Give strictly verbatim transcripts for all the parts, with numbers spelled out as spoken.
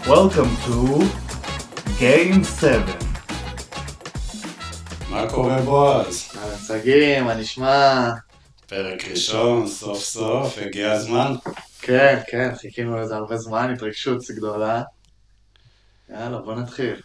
Welcome to Game seven. מה קורה בועז? אהלן שגיא, מה נשמע? פרק ראשון, סוף סוף, הגיע הזמן. כן, כן, חיכינו לזה הרבה זמן, התרגשות גדולה. יאללה, בוא נתחיל.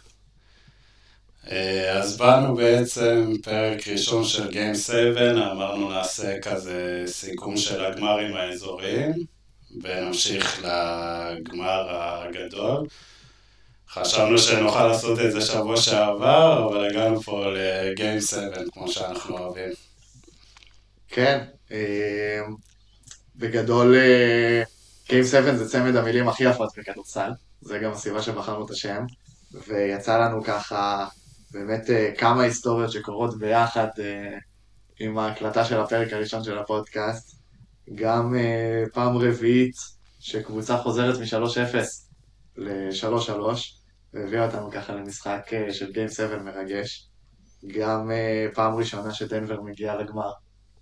אז באנו בעצם פרק ראשון של Game שבע, אמרנו נעשה כזה סיכום של הגמרים האזוריים, ונמשיך לגמר הגדול. חשבנו שנוכל לעשות את זה שבוע שעבר, אבל הגענו פה ל-Game שבע, כמו שאנחנו אוהבים. כן, בגדול Game שבע זה צמד המילים הכי יפות בכדורסל, זה גם הסיבה שבחרנו את השם, ויצא לנו ככה באמת כמה היסטוריות שקורות ביחד עם ההקלטה של הפרק הראשון של הפודקאסט, גם פעם רביעית שקבוצה חוזרת מ-שלוש אפס ל-שלוש שלוש, והביאה אותנו ככה למשחק של Game שבע מרגש, גם פעם ראשונה שדנבר מגיעה לגמר.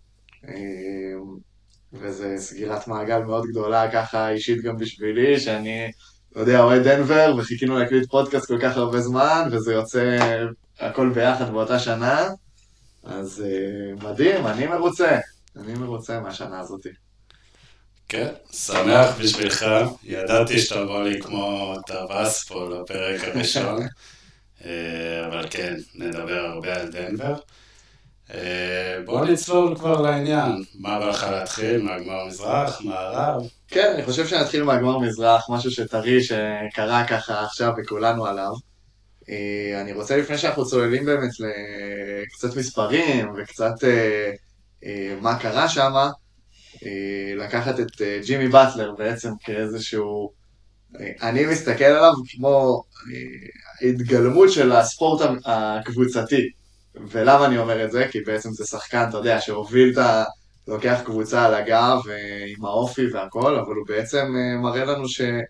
וזה סגירת מעגל מאוד גדולה ככה אישית גם בשבילי, שאני, לא יודע, אוהד דנבר וחיכינו להקליט פודקאסט כל כך הרבה זמן, וזה יוצא הכל ביחד באותה שנה, אז מדהים, אני מרוצה, אני מרוצה מהשנה הזאת. כן, שמח בשבילך, ידעתי שתבוא לי כמו טווס פה לפרק הראשון, אבל כן, נדבר הרבה על דנבר. בוא נצלול כבר לעניין, מה בא לך להתחיל, מהגמר מזרח, מערב? כן, אני חושב שנתחיל מהגמר מזרח, משהו שטרי שקרה ככה עכשיו וכולנו עליו. אני רוצה לפני שאנחנו צוללים באמת לקצת מספרים וקצת מה קרה שם, לקחת את ג'ימי באטלר בעצם כאיזשהו, אני מסתכל עליו כמו התגלמות של הספורט הקבוצתי. ולמה אני אומר את זה? כי בעצם זה שחקן, אתה יודע, שהוביל את ה... לוקח קבוצה על הגב עם האופי והכל, אבל הוא בעצם מראה לנו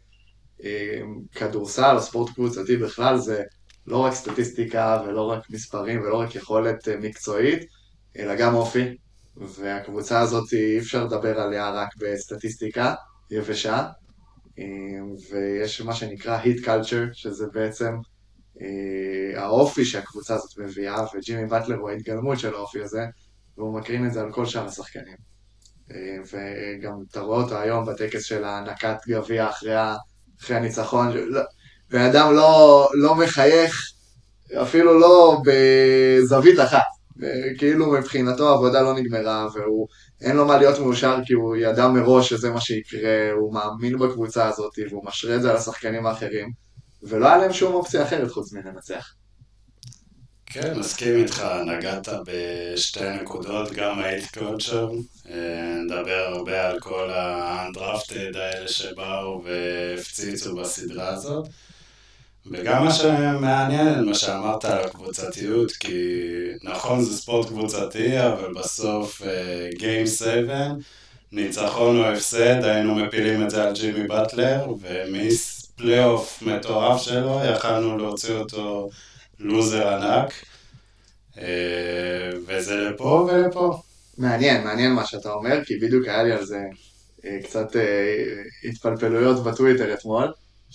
שכדורסל או ספורט קבוצתי בכלל זה לא רק סטטיסטיקה ולא רק מספרים ולא רק יכולת מקצועית, אלא גם אופי. והקבוצה הזאת אי אפשר לדבר עליה רק בסטטיסטיקה יבשה, ויש מה שנקרא hit culture, שזה בעצם האופי שהקבוצה הזאת מביאה, וג'ימי באטלר הוא ההתגלמות של האופי הזה, והוא מקרין את זה על כל שאר השחקנים. וגם אתה רואה אותו היום בטקס של הענקת גביע אחרי, אחרי הניצחון, ואדם לא, לא מחייך, אפילו לא בזווית אחת. כאילו מבחינתו העבודה לא נגמרה, ואין לו מה להיות מאושר כי הוא ידע מראש שזה מה שיקרה, הוא מאמין בקבוצה הזאת, והוא משרה את זה על השחקנים האחרים, ולא היה להם שום אופציה אחרת חוץ מלנצח. כן, מסכים איתך, נגעת בשתי נקודות, גם ה-hit culture, נדבר הרבה על כל ה-undrafted האלה שבאו והפציצו בסדרה הזאת, וגם מה שמעניין, מה שאמרת על הקבוצתיות, כי נכון זה ספורט קבוצתי, אבל בסוף Game שבע, ניצחון או הפסד, היינו מפילים את זה על ג'ימי באטלר, ומפלייאוף מטורף שלו, יכלנו להוציא אותו לוזר ענק, וזה לפה ולפה. מעניין, מעניין מה שאתה אומר, כי בדיוק היה לי על זה קצת התפלפלויות בטוויטר אתמול,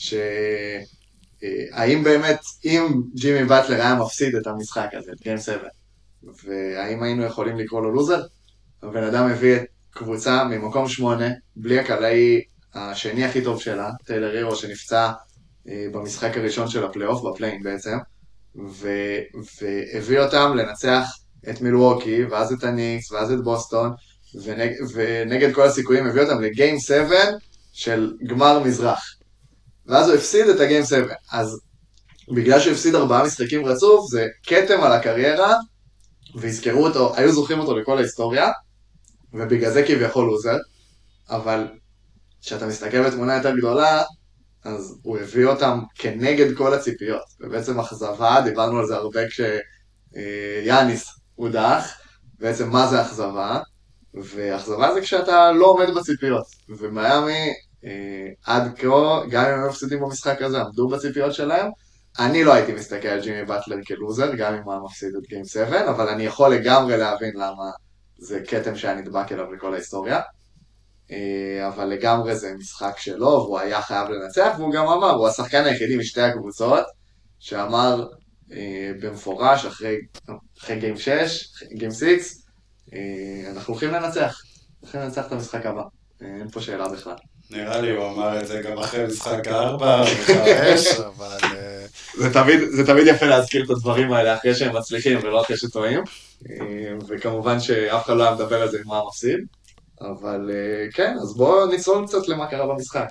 שהאם באמת, אם ג'ימי באטלר היה מפסיד את המשחק הזה, את Game שבע, והאם היינו יכולים לקרוא לו לוזר? הבן אדם הביא את קבוצה ממקום שמונה, בלי הקלעי השני הכי טוב שלה, טיילר הירו שנפצע במשחק הראשון של הפלייאוף, בפליין בעצם, ו- והביא אותם לנצח את מילווקי, ואז את הניקס, ואז את בוסטון, ונג- ונגד כל הסיכויים הביא אותם לגיים שבע של גמר מזרח. ואז הוא הפסיד את הגיים שבע. אז בגלל שהוא הפסיד ארבעה משחקים רצוף, זה כתם על הקריירה, והזכרו אותו, היו זוכרים אותו לכל ההיסטוריה, ובגלל זה כביכול לוזר, אבל כשאתה מסתכל בתמונה יותר גדולה, אז הוא הביא אותם כנגד כל הציפיות, ובעצם אכזבה, דיברנו על זה הרבה כשיאניס הודח, בעצם מה זה אכזבה, ואכזבה זה כשאתה לא עומד בציפיות, ומיימי עד כה, גם אם הם מפסידים במשחק הזה, עמדו בציפיות שלהם, אני לא הייתי מסתכל על ג'ימי באטלר כלוזר, גם אם הוא מפסיד את גיים שבע, אבל אני יכול לגמרי להבין למה זה כתם שהיה נדבק אליו לכל ההיסטוריה. אבל לגמרי זה משחק שלו, והוא היה חייב לנצח, והוא גם אמר, הוא השחקן היחידי משתי הקבוצות, שאמר במפורש אחרי, אחרי גיים שש, גיים שש, אנחנו הולכים לנצח, הולכים לנצח את המשחק הבא, אין פה שאלה בכלל. נראה לי הוא אמר את זה גם אחרי משחק ארבע וחמש, אבל... זה תמיד, זה תמיד יפה להזכיר את הדברים האלה אחרי שהם מצליחים ולא אחרי שטועים, וכמובן שאף אחד לא היה מדבר על זה מה מפסיד, אבל כן, אז בואו נצלול קצת למה קרה במשחק.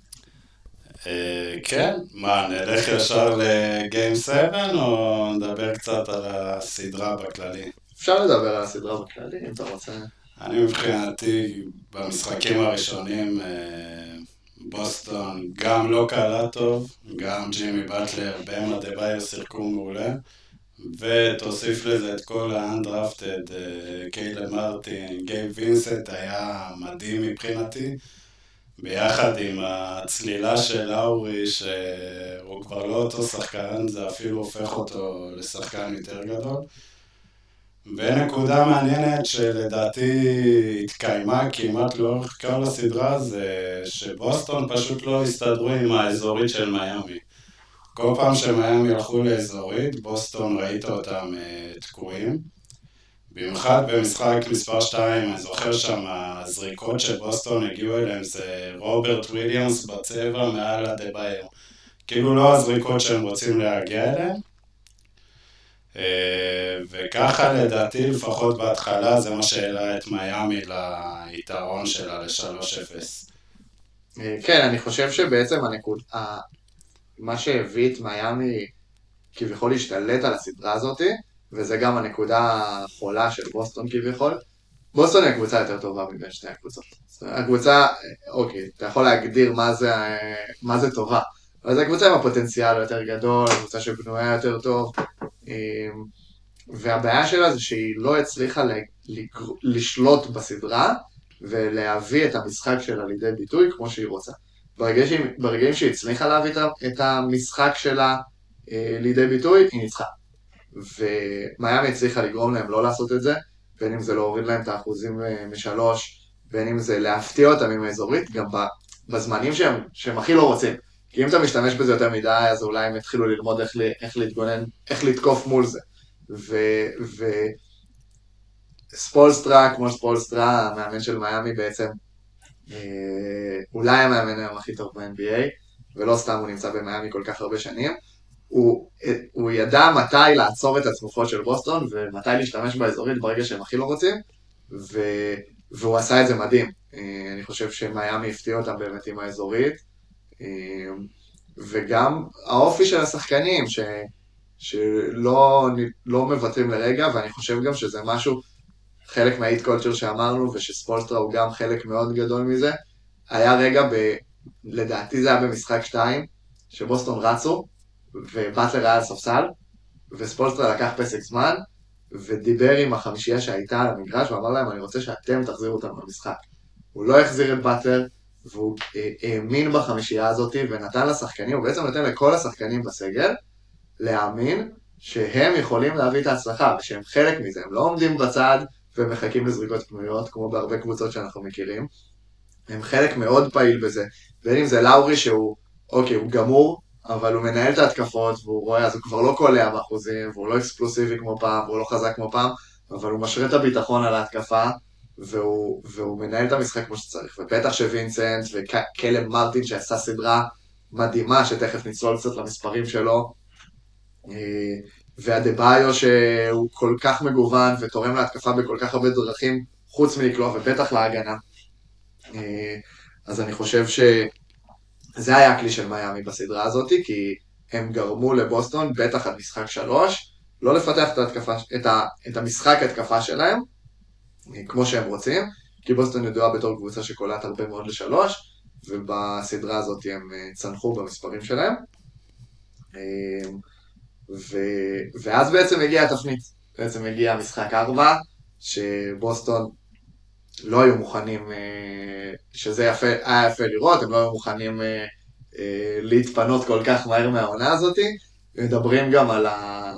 כן, מה, נלך ישר לגיים שבע או נדבר קצת על הסדרה בכללי? אפשר לדבר על הסדרה בכללי, אם אתה רוצה. אני מבחינתי, במשחקים הראשונים, בוסטון גם לא קלה טוב, גם ג'ימי באטלר, בם אדבאיו שיחקו מעולה, ותוסיף לזה את כל האנדרפטד, קיילן מרטין, גייב וינסנט היה מדהים מבחינתי, ביחד עם הצלילה של לאורי, שהוא כבר לא אותו שחקן, זה אפילו הופך אותו לשחקן יותר גדול. ונקודה מעניינת שלדעתי התקיימה כמעט לאורך כל הסדרה זה שבוסטון פשוט לא הסתדרו עם האזורית של מיאמי. כל פעם שמיימי הלכו לאזורית, בוסטון ראית אותם תקועים. במיוחד במשחק מספר שתיים, אני זוכר שם הזריקות של בוסטון הגיעו אליהם זה רוברט וויליאמס בצבע מעל אדבאיו. כאילו לא הזריקות שהם רוצים להגיע אליהם. וככה לדעתי לפחות בהתחלה זה מה שהעלה את מיאמי ליתרון שלה ל-שלוש אפס. כן, אני חושב שבעצם הנקוד, מה שהביא את מיאמי כביכול להשתלט על הסדרה הזאת, וזה גם הנקודה החולה של בוסטון כביכול. בוסטון היא הקבוצה יותר טובה מבין שתי הקבוצות. הקבוצה, אוקיי, אתה יכול להגדיר מה זה, מה זה טובה. אבל זו הקבוצה עם הפוטנציאל יותר גדול, הקבוצה שבנויה יותר טוב, והבעיה שלה זה שהיא לא הצליחה לשלוט בסדרה, ולהביא את המשחק שלה לידי ביטוי כמו שהיא רוצה. ברגעים, ברגעים שהיא הצליחה להביא את המשחק שלה לידי ביטוי, היא ניצחה. ומיאמי הצליחה לגרום להם לא לעשות את זה, בין אם זה להוריד להם את האחוזים משלוש, בין אם זה להפתיע אותם עם האזורית, גם בזמנים שהם, שהם הכי לא רוצים. כי אם אתה משתמש בזה יותר מדי, אז אולי הם יתחילו ללמוד איך, איך להתגונן, איך לתקוף מול זה. ו... ו... ספולסטרה, כמו ספולסטרה, המאמן של מיאמי בעצם, אה, אולי המאמן היום הכי טוב ב-אן בי איי, ולא סתם הוא נמצא במיאמי כל כך הרבה שנים, הוא, הוא ידע מתי לעצור את הצמופות של בוסטון, ומתי להשתמש באזורית ברגע שהם הכי לא רוצים, ו, והוא עשה את זה מדהים. אה, אני חושב שמיאמי הפתיע אותם באמת עם האזורית, אה, וגם האופי של השחקנים, ש, שלא לא מבטרים לרגע, ואני חושב גם שזה משהו, חלק מהאיט קולצ'ר שאמרנו, ושספולסטרה הוא גם חלק מאוד גדול מזה, היה רגע, ב, לדעתי זה היה במשחק שתיים, שבוסטון רצו, ובטלר היה על ספסל, וספולסטרה לקח פסק זמן, ודיבר עם החמישייה שהייתה על המגרש, ואמר להם, אני רוצה שאתם תחזירו אותם למשחק. הוא לא החזיר את בטלר, והוא האמין בחמישייה הזאת, ונתן לשחקנים, הוא בעצם נתן לכל השחקנים בסגל, להאמין שהם יכולים להביא את ההצלחה, ושהם חלק מזה, הם לא עומדים בצד, ומחכים לזריקות פנויות, כמו בהרבה קבוצות שאנחנו מכירים. הם חלק מאוד פעיל בזה. בין אם זה לאורי שהוא, אוקיי, הוא גמור, אבל הוא מנהל את ההתקפות, והוא רואה, אז הוא כבר לא קולע באחוזים, והוא לא אקספלוסיבי כמו פעם, והוא לא חזק כמו פעם, אבל הוא משרה את הביטחון על ההתקפה, והוא, והוא מנהל את המשחק כמו שצריך. ובטח שווינסנט וקלם מרטין שעשה סדרה מדהימה, שתכף נצלול קצת למספרים שלו, והדבאיו שהוא כל כך מגוון ותורם להתקפה בכל כך הרבה דרכים חוץ מלקלוע ובטח להגנה. אז אני חושב שזה היה הכלי של מיאמי בסדרה הזאת, כי הם גרמו לבוסטון בטח עד משחק שלוש לא לפתח את, ההתקפה, את, ה, את המשחק התקפה שלהם כמו שהם רוצים, כי בוסטון ידועה בתור קבוצה שקולעת הרבה מאוד לשלוש, ובסדרה הזאת הם צנחו במספרים שלהם. ו... ואז בעצם הגיעה התפנית, בעצם הגיע המשחק ארבע, שבוסטון לא היו מוכנים, שזה יפה, היה יפה לראות, הם לא היו מוכנים להתפנות כל כך מהר מהעונה הזאת. מדברים גם על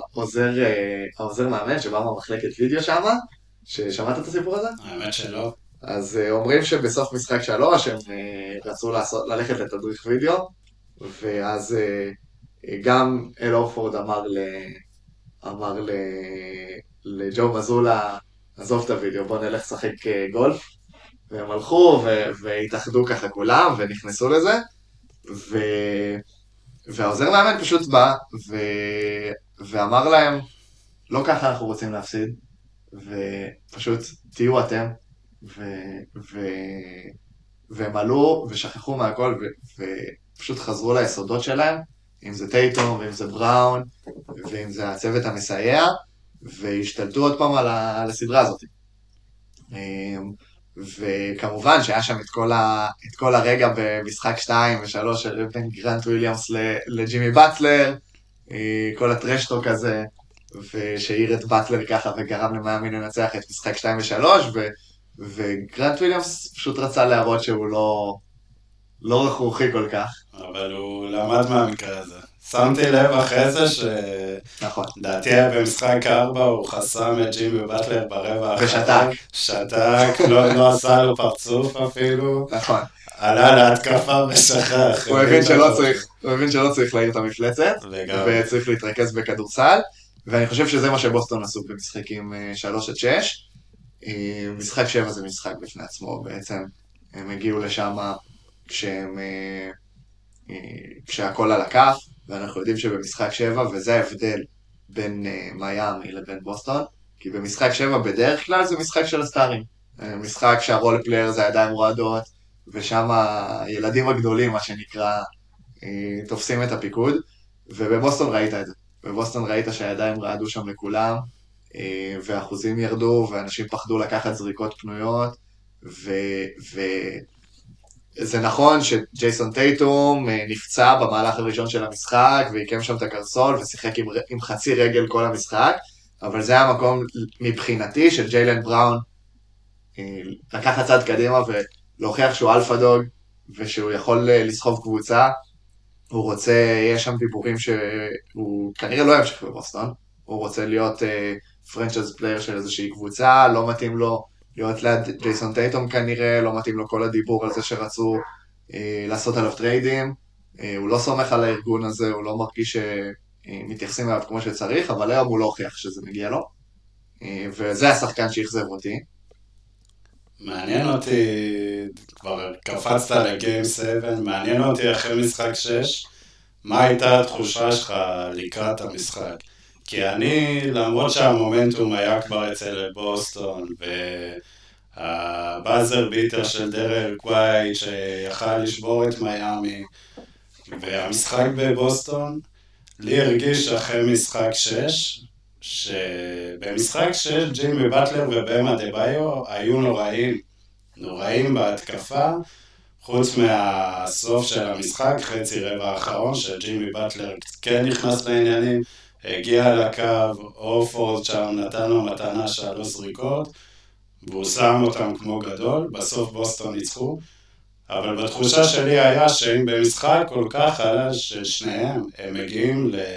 העוזר, העוזר מאמן שבא מהמחלקת וידאו שם, ששמעת את הסיפור הזה? האמת שלא. אז אומרים שבסוף משחק שלוש הם רצו לעשות, ללכת לתדריך וידאו, ואז גם אל אורפורד אמר, ל, אמר ל, לג'ו מזולה, עזוב את הוידאו, בוא נלך לשחק גולף, והם הלכו והתאחדו ככה כולם ונכנסו לזה, ו, והעוזר מאמן פשוט בא ו, ואמר להם, לא ככה אנחנו רוצים להפסיד, ופשוט תהיו אתם, ו, ו, והם עלו ושכחו מהכל ו, ופשוט חזרו ליסודות שלהם, אם זה טייטום ואם זה בראון ואם זה הצוות המסייע, והשתלטו עוד פעם על, ה, על הסדרה הזאת. וכמובן שהיה שם את כל, ה, את כל הרגע במשחק שתיים ושלוש בין גרנט וויליאמס לג'ימי באטלר, כל הטרשטוק הזה, ושהעיר את באטלר ככה וגרם למיאמי לנצח את משחק שתיים ושלוש, ו, וגרנט וויליאמס פשוט רצה להראות שהוא לא, לא רכרוכי כל כך. אבל הוא למד מהמקרה הזה. שמתי לב אחרי זה ש... נכון. דעתי היה במשחק ארבע, הוא חסם את ג'ימי באטלר ברבע האחרון. ושתק. שתק, לא, לא עשה לו פרצוף אפילו. נכון. עלה להתקפה ושכח. הוא הבין שלא צריך, הוא הבין שלא צריך להעיר את המפלצת, לגמרי. וצריך להתרכז בכדורסל, ואני חושב שזה מה שבוסטון עשו במשחקים שלוש עד שש. משחק שבע זה משחק בפני עצמו, בעצם הם הגיעו לשם כשהם, כשהכל על הכף, ואנחנו יודעים שבמשחק שבע, וזה ההבדל בין מיאמי לבין בוסטון, כי במשחק שבע בדרך כלל זה משחק של הסטארים, משחק שהרול פלייר זה הידיים רועדות, ושם הילדים הגדולים, מה שנקרא, תופסים את הפיקוד, ובבוסטון ראית את זה. בבוסטון ראית שהידיים רעדו שם לכולם, והאחוזים ירדו, ואנשים פחדו לקחת זריקות פנויות, וזה נכון שג'ייסון טייטום נפצע במהלך הראשון של המשחק, והקם שם את הקרסול, ושיחק עם, עם חצי רגל כל המשחק, אבל זה המקום מבחינתי של ג'יילן בראון, לקחת צד קדימה ולהוכיח שהוא אלפא דוג, ושהוא יכול לסחוב קבוצה. הוא רוצה, יש שם דיבורים שהוא כנראה לא ימשיך בבוסטון, הוא רוצה להיות פרנצ'ייז פלייר של איזושהי קבוצה, לא מתאים לו להיות ליד ג'ייסון טייטום כנראה, לא מתאים לו כל הדיבור על זה שרצו אה, לעשות עליו טריידים, אה, הוא לא סומך על הארגון הזה, הוא לא מרגיש שמתייחסים אליו כמו שצריך, אבל היום הוא לא הוכיח שזה מגיע לו, אה, וזה השחקן שיחזב אותי. מעניין אותי, כבר קפצת לגיים שבע, מעניין אותי אחרי משחק שש, מה הייתה התחושה שלך לקראת המשחק? כי אני, למרות שהמומנטום היה כבר אצל בוסטון, והבאזר ביטר של דרק ווייט שיכל לשבור את מיאמי, והמשחק בבוסטון, לי הרגיש אחרי משחק שש, שבמשחק של ג'ימי באטלר ובאם אדבאיו היו נוראים, נוראים בהתקפה, חוץ מהסוף של המשחק, חצי רבע האחרון, שג'ימי באטלר כן נכנס לעניינים, הגיע לקו, אורפורד שם נתן לו מתנה שלוש זריקות, והוא שם אותם כמו גדול, בסוף בוסטון ניצחו, אבל בתחושה שלי היה שאם במשחק כל כך חלש של שניהם, הם מגיעים ל...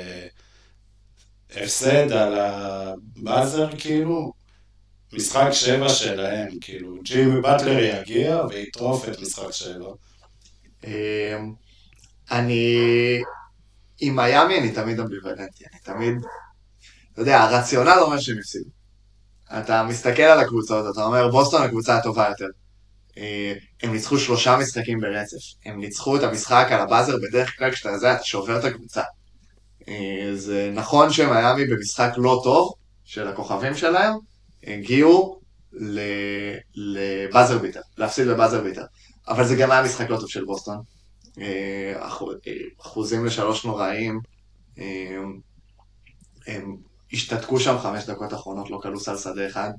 הפסד על הבאזר, כאילו, משחק שבע שלהם, כאילו, ג'ימי באטלר יגיע ויטרוף את משחק שבע. אני, עם מיאמי אני תמיד אמביוולנטי, אני תמיד, אתה יודע, הרציונל אומר שהם הפסידו. אתה מסתכל על הקבוצות, אתה אומר, בוסטון הקבוצה הטובה יותר. הם ניצחו שלושה משחקים ברצף, הם ניצחו את המשחק על הבאזר בדרך כלל כשאתה זה, אתה שובר את הקבוצה. זה נכון שמיאמי במשחק לא טוב של הכוכבים שלהם, הגיעו לבאזר ביטר, להפסיד בבאזר ביטר. אבל זה גם היה משחק לא טוב של בוסטון. אחוזים לשלוש נוראים, הם השתתקו שם חמש דקות אחרונות, לא קלו סל שדה אחד.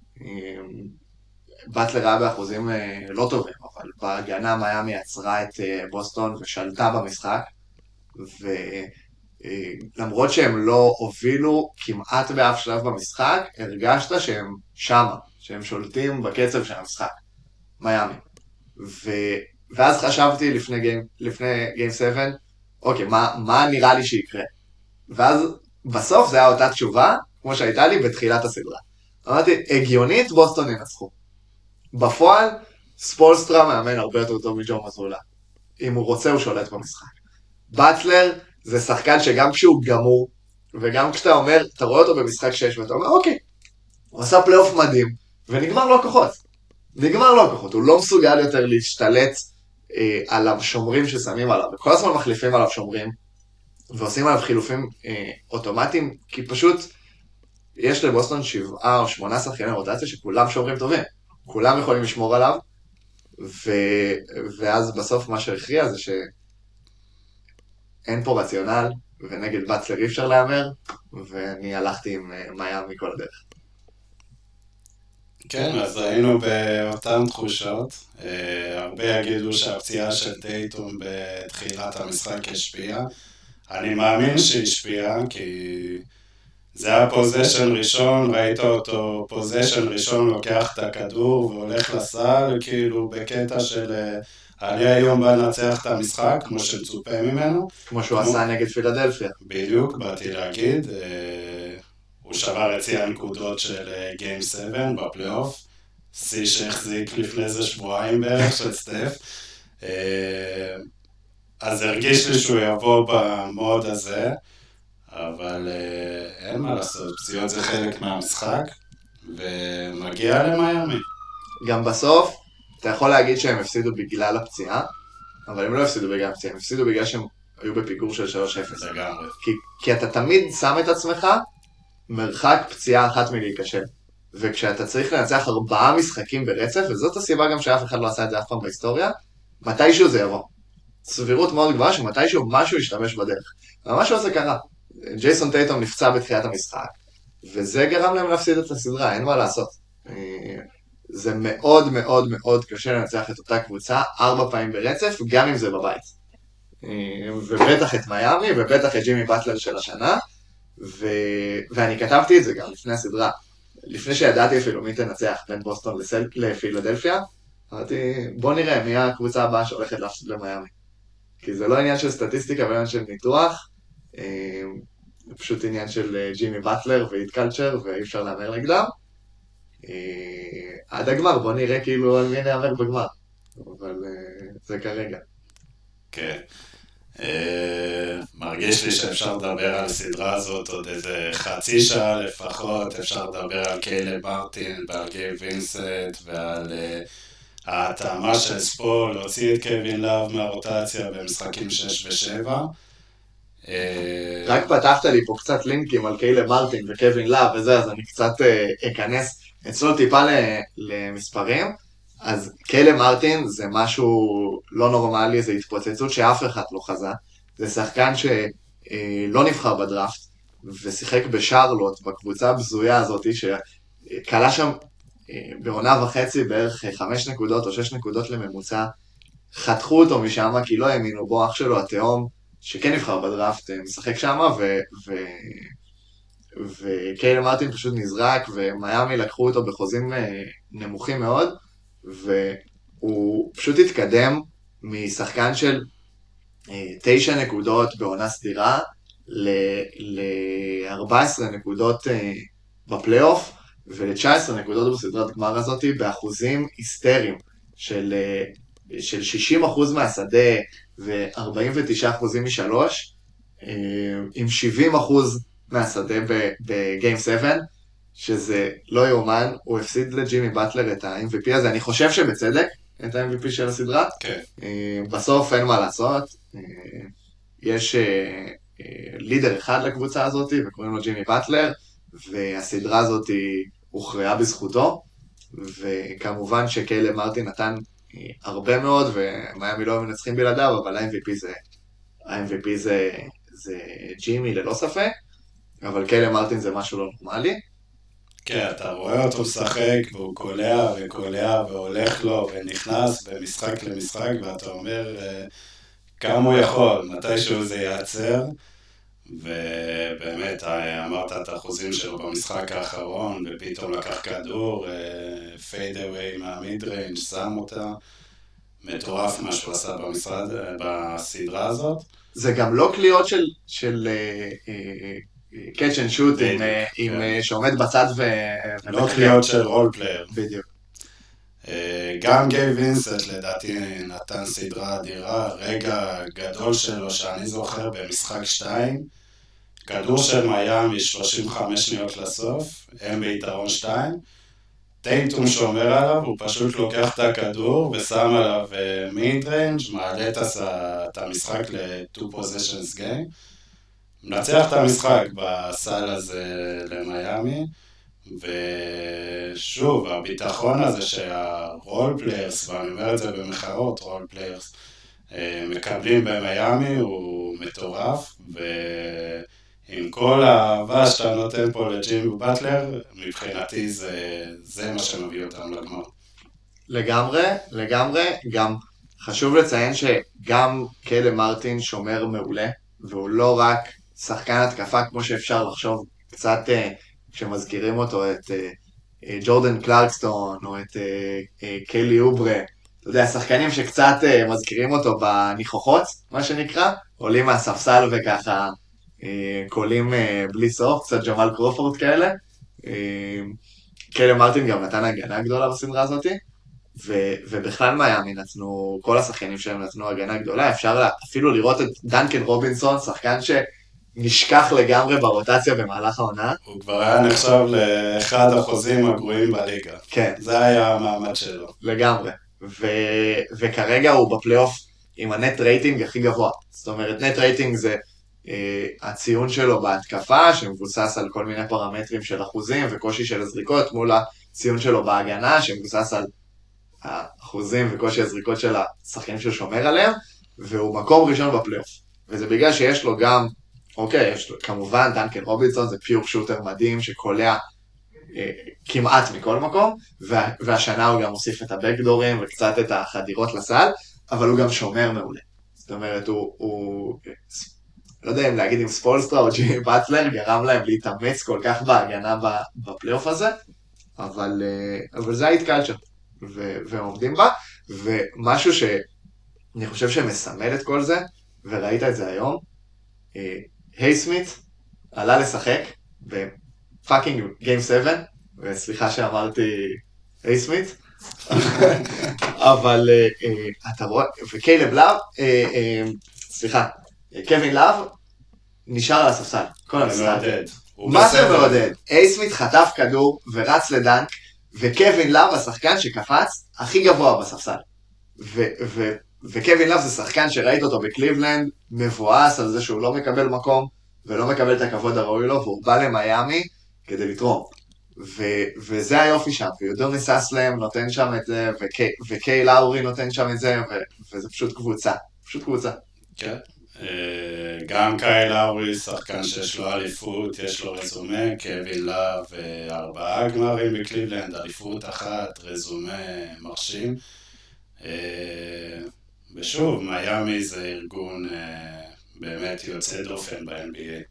באטלר היה באחוזים לא טובים, אבל בהגנה מיאמי יצרה את בוסטון ושלטה במשחק, ו... למרות שהם לא הובילו כמעט באף שלב במשחק, הרגשת שהם שמה, שהם שולטים בקצב של המשחק, מיאמי. ו... ואז חשבתי לפני גיים, לפני גיים שבע, אוקיי, מה, מה נראה לי שיקרה? ואז בסוף זה היה אותה תשובה, כמו שהייתה לי בתחילת הסדרה. אמרתי, הגיונית בוסטון ינצחו. בפועל, ספולסטרה מאמן הרבה יותר טוב מג'ו מזולה. אם הוא רוצה, הוא שולט במשחק. באטלר זה שחקן שגם כשהוא גמור, וגם כשאתה אומר, אתה רואה אותו במשחק שש, ואתה אומר, אוקיי, הוא עשה פלייאוף מדהים, ונגמר לו הכוחות. נגמר לו הכוחות, הוא לא מסוגל יותר להשתלט אה, על השומרים ששמים עליו, וכל הזמן מחליפים עליו שומרים, ועושים עליו חילופים אה, אוטומטיים, כי פשוט יש לבוסטון שבעה או שמונה שחקני רוטציה שכולם שומרים טובים, כולם יכולים לשמור עליו, ו... ואז בסוף מה שהכריע זה שאין פה רציונל, ונגד באטלר אי אפשר להמר, ואני הלכתי עם מיאמי כל הדרך. כן, אז היינו באותן תחושות. הרבה יגידו שהפציעה של טייטום בתחילת המשחק השפיעה. אני מאמין שהשפיעה, כי זה היה פוזיישן ראשון, ראית אותו פוזיישן ראשון לוקח את הכדור והולך לסל, כאילו בקטע של אני היום בא לנצח את המשחק, כמו שמצופה ממנו. כמו שהוא עשה נגד פילדלפיה. בדיוק, באתי להגיד. הוא שבר את שיא הנקודות של גיים שבע בפלייאוף, שיא שהחזיק לפני זה שבועיים בערך של סטף. אז הרגיש לי שהוא יבוא במוד הזה, אבל אין מה לעשות, פציעות זה חלק מהמשחק, ומגיע למיאמי. גם בסוף, אתה יכול להגיד שהם הפסידו בגלל הפציעה, אבל הם לא הפסידו בגלל הפציעה, הם הפסידו בגלל שהם היו בפיגור של שלוש אפס. לגמרי. כי, כי אתה תמיד שם את עצמך מרחק פציעה אחת מלהיכשל. וכשאתה צריך לנצח ארבעה משחקים ברצף, וזאת הסיבה גם שאף אחד לא עשה את זה אף פעם בהיסטוריה, מתישהו זה יבוא. סבירות מאוד גבוהה שמתישהו משהו ישתמש בדרך. ומשהו הזה קרה. ג'ייסון טייטום נפצע בתחילת המשחק, וזה גרם להם להפסיד את הסדרה, אין מה לעשות. זה מאוד מאוד מאוד קשה לנצח את אותה קבוצה ארבע פעמים ברצף, גם אם זה בבית. ובטח את מיאמי, ובטח את ג'ימי באטלר של השנה, ו... ואני כתבתי את זה גם לפני הסדרה. לפני שידעתי אפילו מי תנצח בין בוסטון לסל... לפילדלפיה, אמרתי, בוא נראה מי הקבוצה הבאה שהולכת להפסיד למיאמי. כי זה לא עניין של סטטיסטיקה, אבל עניין של ניתוח, זה פשוט עניין של ג'ימי באטלר ואיט קלצ'ר, ואי אפשר להמר נגדם. עד הגמר, בוא נראה כאילו על מי נאמר בגמר. אבל זה כרגע. כן. מרגיש לי שאפשר לדבר על הסדרה הזאת עוד איזה חצי שעה לפחות, אפשר לדבר על קיילב מרטין ועל גייב וינסנט ועל ההתאמה של ספול, להוציא את קווין לאב מהרוטציה במשחקים שש ושבע. רק פתחת לי פה קצת לינקים על קיילב מרטין וקווין לאב וזה, אז אני קצת אכנס אצלו טיפה למספרים. אז קיילב מרטין זה משהו לא נורמלי, זה התפוצצות שאף אחד לא חזה. זה שחקן שלא נבחר בדראפט, ושיחק בשרלוט, בקבוצה הבזויה הזאת, שקלה שם בעונה וחצי בערך חמש נקודות או שש נקודות לממוצע. חתכו אותו משם כי לא האמינו בו, אח שלו התאום, שכן נבחר בדראפט, משחק שם, ו... ו... וקיילב מרטין פשוט נזרק, ומיאמי לקחו אותו בחוזים נמוכים מאוד, והוא פשוט התקדם משחקן של תשע נקודות בעונה סדירה ל-ארבע עשרה נקודות בפלייאוף ול-תשע עשרה נקודות בסדרת גמר הזאת באחוזים היסטריים של, של שישים אחוז מהשדה ו-ארבעים ותשעה אחוזים משלוש, עם שבעים אחוז מהשדה בגיים שבע, שזה לא יאומן. הוא הפסיד לג'ימי באטלר את ה-אם וי פי הזה, אני חושב שבצדק, את ה-אם וי פי של הסדרה. כן. בסוף אין מה לעשות, יש לידר אחד לקבוצה הזאת, וקוראים לו ג'ימי באטלר, והסדרה הזאת הוכרעה בזכותו, וכמובן שקיילב מרטין נתן הרבה מאוד, ומיאמי לא מנצחים בלעדיו, אבל ה-אם וי פי זה, ה-אם וי פי זה, זה ג'ימי ללא ספק, אבל קיילב מרטין זה משהו לא נורמלי. כן, אתה רואה אותו משחק, והוא קולע וקולע והולך לו ונכנס במשחק למשחק, ואתה אומר כמה הוא יכול, מתישהו זה ייעצר, ובאמת אמרת את האחוזים שלו במשחק האחרון, ופתאום לקח כדור, פייד אווי מהמיד ריינג', שם אותה, מטורף מה שהוא עשה במשרד, בסדרה הזאת. זה גם לא קליעות של... של catch and shoot עם שעומד בצד ו... לא קליעות של רול פלייר. בדיוק. גם גיי וינסט לדעתי נתן סדרה אדירה, רגע גדול שלו שאני זוכר במשחק שתיים, כדור של מיאמי שלושים וחמש שניות לסוף, הם ביתרון שתיים, טייטום שומר עליו, הוא פשוט לוקח את הכדור ושם עליו מיד ריינג', מעלה את המשחק ל-two possessions game, מנצח את המשחק בסל הזה למיאמי, ושוב, הביטחון הזה שהרול פליירס, ואני אומר את זה במחאות, רול פליירס, מקבלים במיאמי הוא מטורף, ועם כל האהבה שאתה נותן פה לג'ימי באטלר, מבחינתי זה, זה מה שמביא אותם לגמר. לגמרי, לגמרי, גם חשוב לציין שגם קלב מרטין שומר מעולה, והוא לא רק שחקן התקפה כמו שאפשר לחשוב קצת כשמזכירים אותו את ג'ורדן קלרקסטון או את קיילי אוברה, אתה יודע, שחקנים שקצת מזכירים אותו בניחוחות, מה שנקרא, עולים מהספסל וככה קולים בלי סוף, קצת ג'מאל קרופורד כאלה. קלב מרטין גם נתן הגנה גדולה בסדרה הזאת, ובכלל מיאמי נתנו, כל השחקנים שלהם נתנו הגנה גדולה, אפשר אפילו לראות את דנקן רובינסון, שחקן ש... נשכח לגמרי ברוטציה במהלך העונה. הוא כבר היה נחשב לאחד החוזים הגרועים בליגה. כן. זה היה המעמד שלו. לגמרי. ו... וכרגע הוא בפלייאוף עם הנט רייטינג הכי גבוה. זאת אומרת, נט רייטינג זה אה, הציון שלו בהתקפה, שמבוסס על כל מיני פרמטרים של אחוזים וקושי של הזריקות, מול הציון שלו בהגנה, שמבוסס על האחוזים וקושי הזריקות של השחקנים שהוא שומר עליהם, והוא מקום ראשון בפלייאוף. וזה בגלל שיש לו גם אוקיי, יש לו, כמובן, דנקן רובינסון זה פיור שוטר מדהים שקולע אה, כמעט מכל מקום, וה, והשנה הוא גם מוסיף את הבקדורים וקצת את החדירות לסל, אבל הוא גם שומר מעולה. זאת אומרת, הוא, הוא לא יודע אם להגיד עם ספולסטרה או ג'ימי באטלר, גרם להם להתאמץ כל כך בהגנה בפלייאוף הזה, אבל, אה, אבל זה ההתקלצ'ר, והם עומדים בה, ומשהו שאני חושב שמסמל את כל זה, וראית את זה היום, אה, הייסמית עלה לשחק בפאקינג גיים שבע, וסליחה שאמרתי הייסמית, אבל אתה רואה, וקיילב לאב, סליחה, קווין לאב נשאר על הספסל, כל המשחק. מה זה מעודד? הייסמית חטף כדור ורץ לדנק, וקווין לאב השחקן שקפץ הכי גבוה בספסל. ו... וקווין לאב זה שחקן שראית אותו בקליבלנד, מבואס על זה שהוא לא מקבל מקום, ולא מקבל את הכבוד הראוי לו, והוא בא למיאמי כדי לתרום. ו- וזה היופי שם, ויודוניס אסלם נותן שם את זה, וקיי, וקיי לאורי נותן שם את זה, ו- וזה פשוט קבוצה, פשוט קבוצה. כן. גם קיי לאורי, שחקן שיש לו אליפות, יש לו רזומה, קווין לאב, ארבעה גמרים בקליבלנד, אליפות אחת, רזומה מרשים. ושוב, מיאמי זה ארגון באמת יוצא דופן ב-אן בי איי.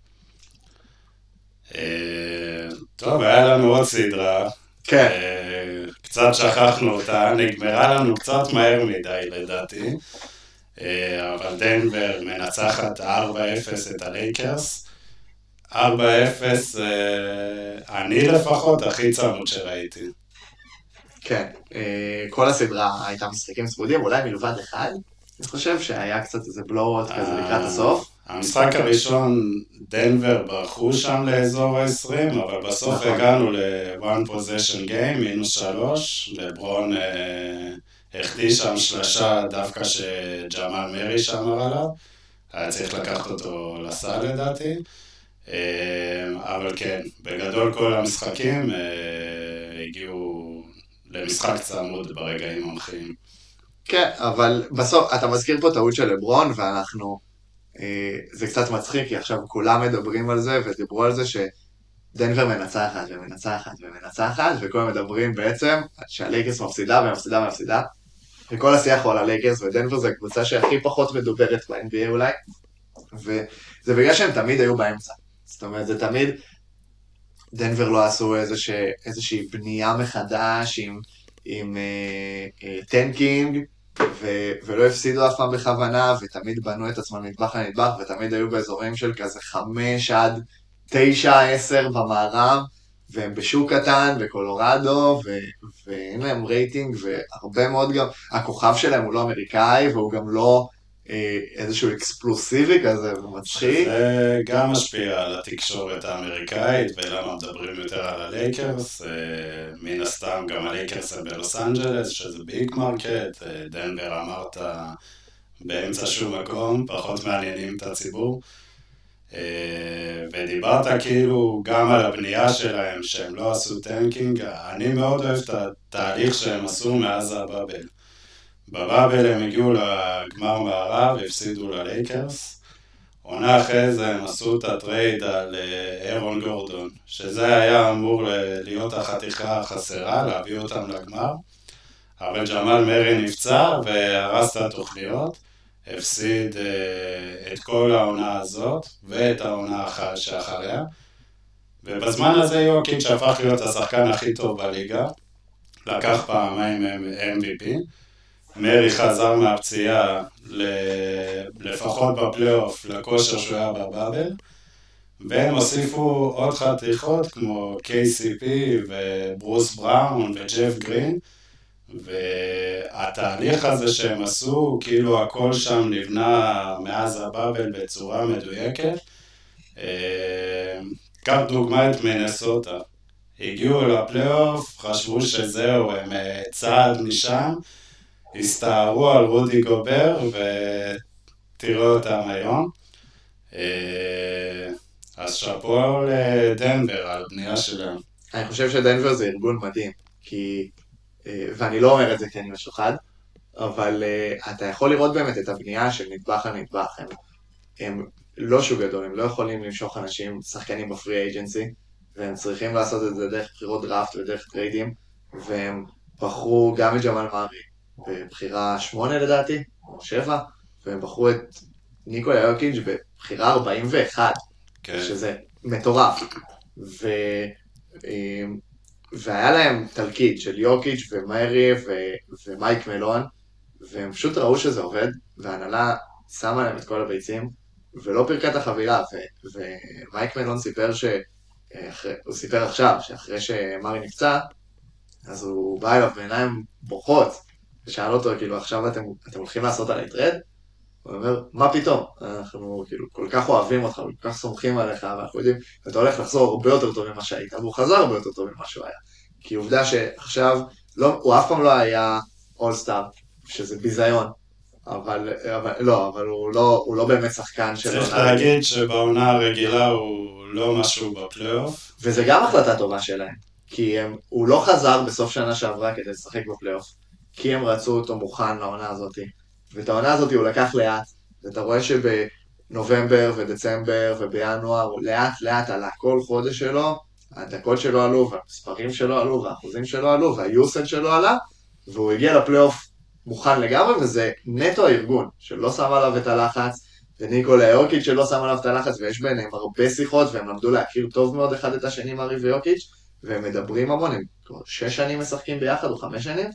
טוב, היה לנו עוד סדרה. כן. קצת שכחנו אותה, נגמרה לנו קצת מהר מדי לדעתי. אבל דנבר מנצחת ארבע אפס את הלייקרס. ארבע אפס, אני לפחות הכי צמוד שראיתי. כן, כל הסדרה הייתה משחקים צמודים, אולי מלבד אחד. אני חושב שהיה קצת איזה בלואו-אוט כזה לקראת הסוף. המשחק הראשון, דנבר ברחו שם לאזור ה-עשרים, אבל בסוף הגענו ל-one possession game, מינוס שלוש, לברון החטיא שם שלשה דווקא שג'מאל מרי שמר עליו, היה צריך לקחת אותו לסל לדעתי, אבל כן, בגדול כל המשחקים הגיעו למשחק צמוד ברגעים המכריעים. כן, אבל בסוף, אתה מזכיר פה טעות של לברון, ואנחנו, אה, זה קצת מצחיק, כי עכשיו כולם מדברים על זה, ודיברו על זה שדנבר מנצחת ומנצחת ומנצחת, וכולם מדברים בעצם שהלייקרס מפסידה ומפסידה ומפסידה, וכל השיח הוא על הלייקרס, ודנבר זה הקבוצה שהכי פחות מדוברת ב-אן בי איי אולי, וזה בגלל שהם תמיד היו באמצע. זאת אומרת, זה תמיד, דנבר לא עשו איזושה, איזושהי בנייה מחדש עם, עם אה, אה, טנקינג, ו, ולא הפסידו אף פעם בכוונה, ותמיד בנו את עצמם נדבך לנדבך, ותמיד היו באזורים של כזה חמש עד תשע, עשר במערב, והם בשוק קטן בקולורדו, ו... ואין להם רייטינג, והרבה מאוד גם, הכוכב שלהם הוא לא אמריקאי, והוא גם לא אה, איזשהו אקספלוסיבי כזה, ומצחיק. זה גם משפיע על התקשורת האמריקאית, ולמה מדברים יותר על הלייקרס, אה, מן הסתם גם הלייקרס הם בלוס אנג'לס, שזה ביג מרקט, אה, דנבר אמרת באמצע שום מקום, פחות מעניינים את הציבור. ודיברת כאילו גם על הבנייה שלהם, שהם לא עשו טנקינג, אני מאוד אוהב את התהליך שהם עשו מאז הבאבל. בבאבל הם הגיעו לגמר מערב, הפסידו ללייקרס, עונה אחרי זה הם עשו את הטרייד על אירון גורדון, שזה היה אמור להיות החתיכה החסרה, להביא אותם לגמר, אבל ג'מאל מרי נפצע והרס את התוכניות, הפסיד uh, את כל העונה הזאת ואת העונה אחת שאחריה, ובזמן הזה יוקיץ' הפך להיות השחקן הכי טוב בליגה, לקח פעמיים אם וי פי, מרי חזר מהפציעה לפחות בפלייאוף לכושר שהוא היה בבאבל, והם הוסיפו עוד חתיכות כמו קיי סי פי וברוס בראון וג'ף גרין, והתהליך הזה שהם עשו, כאילו הכל שם נבנה מאז הבאבל בצורה מדויקת. קח דוגמא את מינסוטה. הגיעו לפלייאוף, חשבו שזהו, הם צעד משם, הסתערו על רודי גובר ותראו אותם היום. אז שפו לדנבר על בנייה שלהם. אני חושב שדנבר זה ארגון מדהים, כי... ואני לא אומר את זה כי אני משוחד, אבל uh, אתה יכול לראות באמת את הבנייה של נדבך על נדבך. הם, הם לא שוק גדול, הם לא יכולים למשוך אנשים, שחקנים בפרי אייג'נסי, והם צריכים לעשות את זה דרך בחירות דראפט ודרך טריידים, והם בחרו גם את ג'מאל מרי, בבחירה שמונה לדעתי, או שבע, והם בחרו את ניקולה יוקיץ' בבחירה ארבעים ואחת, okay. שזה מטורף. ו... והיה להם תלקיד של יוקיץ' ומרי ו- ומייק מלון, והם פשוט ראו שזה עובד, והנהלה שמה להם את כל הביצים, ולא פרקה את החבילה, ו- ומייק מלון סיפר ש... הוא סיפר עכשיו, שאחרי שמרי נפצע, אז הוא בא אליו בעיניים בוכות, ושאל אותו, כאילו, עכשיו אתם, אתם הולכים לעשות עלי טרד? הוא אומר, מה פתאום? אנחנו כאילו כל כך אוהבים אותך, כל כך סומכים עליך, ואנחנו יודעים, אתה הולך לחזור הרבה יותר טוב ממה שהיית, והוא חזר הרבה יותר טוב ממה שהוא היה. כי עובדה שעכשיו, לא, הוא אף פעם לא היה אול-סטאר, שזה ביזיון, אבל, אבל לא, אבל הוא לא, הוא לא באמת שחקן של... צריך להגיד שבעונה הרגילה הוא לא משהו בפלייאוף. וזה גם החלטה טובה שלהם, כי הם, הוא לא חזר בסוף שנה שעברה כדי לשחק בפלייאוף, כי הם רצו אותו מוכן לעונה הזאת. ואת העונה הזאת הוא לקח לאט, ואתה רואה שבנובמבר ודצמבר ובינואר הוא לאט לאט עלה כל חודש שלו, הדקות שלו עלו, והמספרים שלו עלו, והאחוזים שלו עלו, והיוסד שלו עלה, והוא הגיע לפלייאוף מוכן לגמרי, וזה נטו הארגון, שלא שם עליו את הלחץ, וניקולה יוקיץ' שלא שם עליו את הלחץ, ויש ביניהם הרבה שיחות, והם למדו להכיר טוב מאוד אחד את השני, מרי ויוקיץ', והם מדברים המון, הם שש שנים משחקים ביחד, או חמש שנים,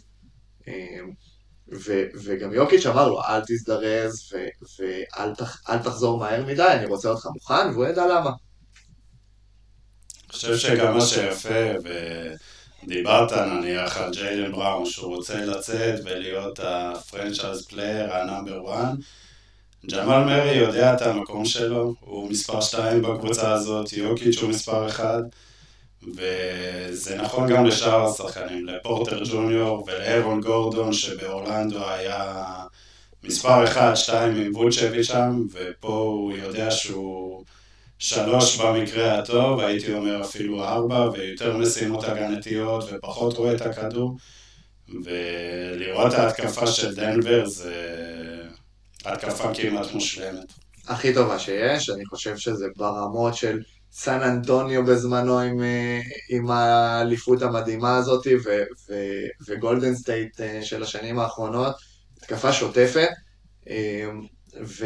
ו- וגם יוקיץ' אמר לו, אל תזדרז, ו- ואל תח- אל תחזור מהר מדי, אני רוצה אותך מוכן, והוא ידע למה. אני חושב שגם מה שיפה, ודיברת נניח על ג'יילן בראון, שהוא רוצה לצאת ולהיות הפרנצ'ייז פלייר, הנאמבר אחת, ג'מאל מרי יודע את המקום שלו, הוא מספר שתיים בקבוצה הזאת, יוקיץ' הוא מספר אחד, וזה נכון גם לשאר השחקנים, לפורטר ג'וניור ולאירון גורדון שבאורלנדו היה מספר אחד, שתיים עם וולצ'ביץ' שם, ופה הוא יודע שהוא שלוש במקרה הטוב, הייתי אומר אפילו ארבע, ויותר משימות הגנתיות ופחות רואה את הכדור, ולראות ההתקפה של דנבר זה התקפה כמעט מושלמת. הכי טובה שיש, אני חושב שזה ברמות של סן אנטוניו בזמנו עם, עם האליפות המדהימה הזאת, ו, ו, וגולדן סטייט של השנים האחרונות, התקפה שוטפת, ו,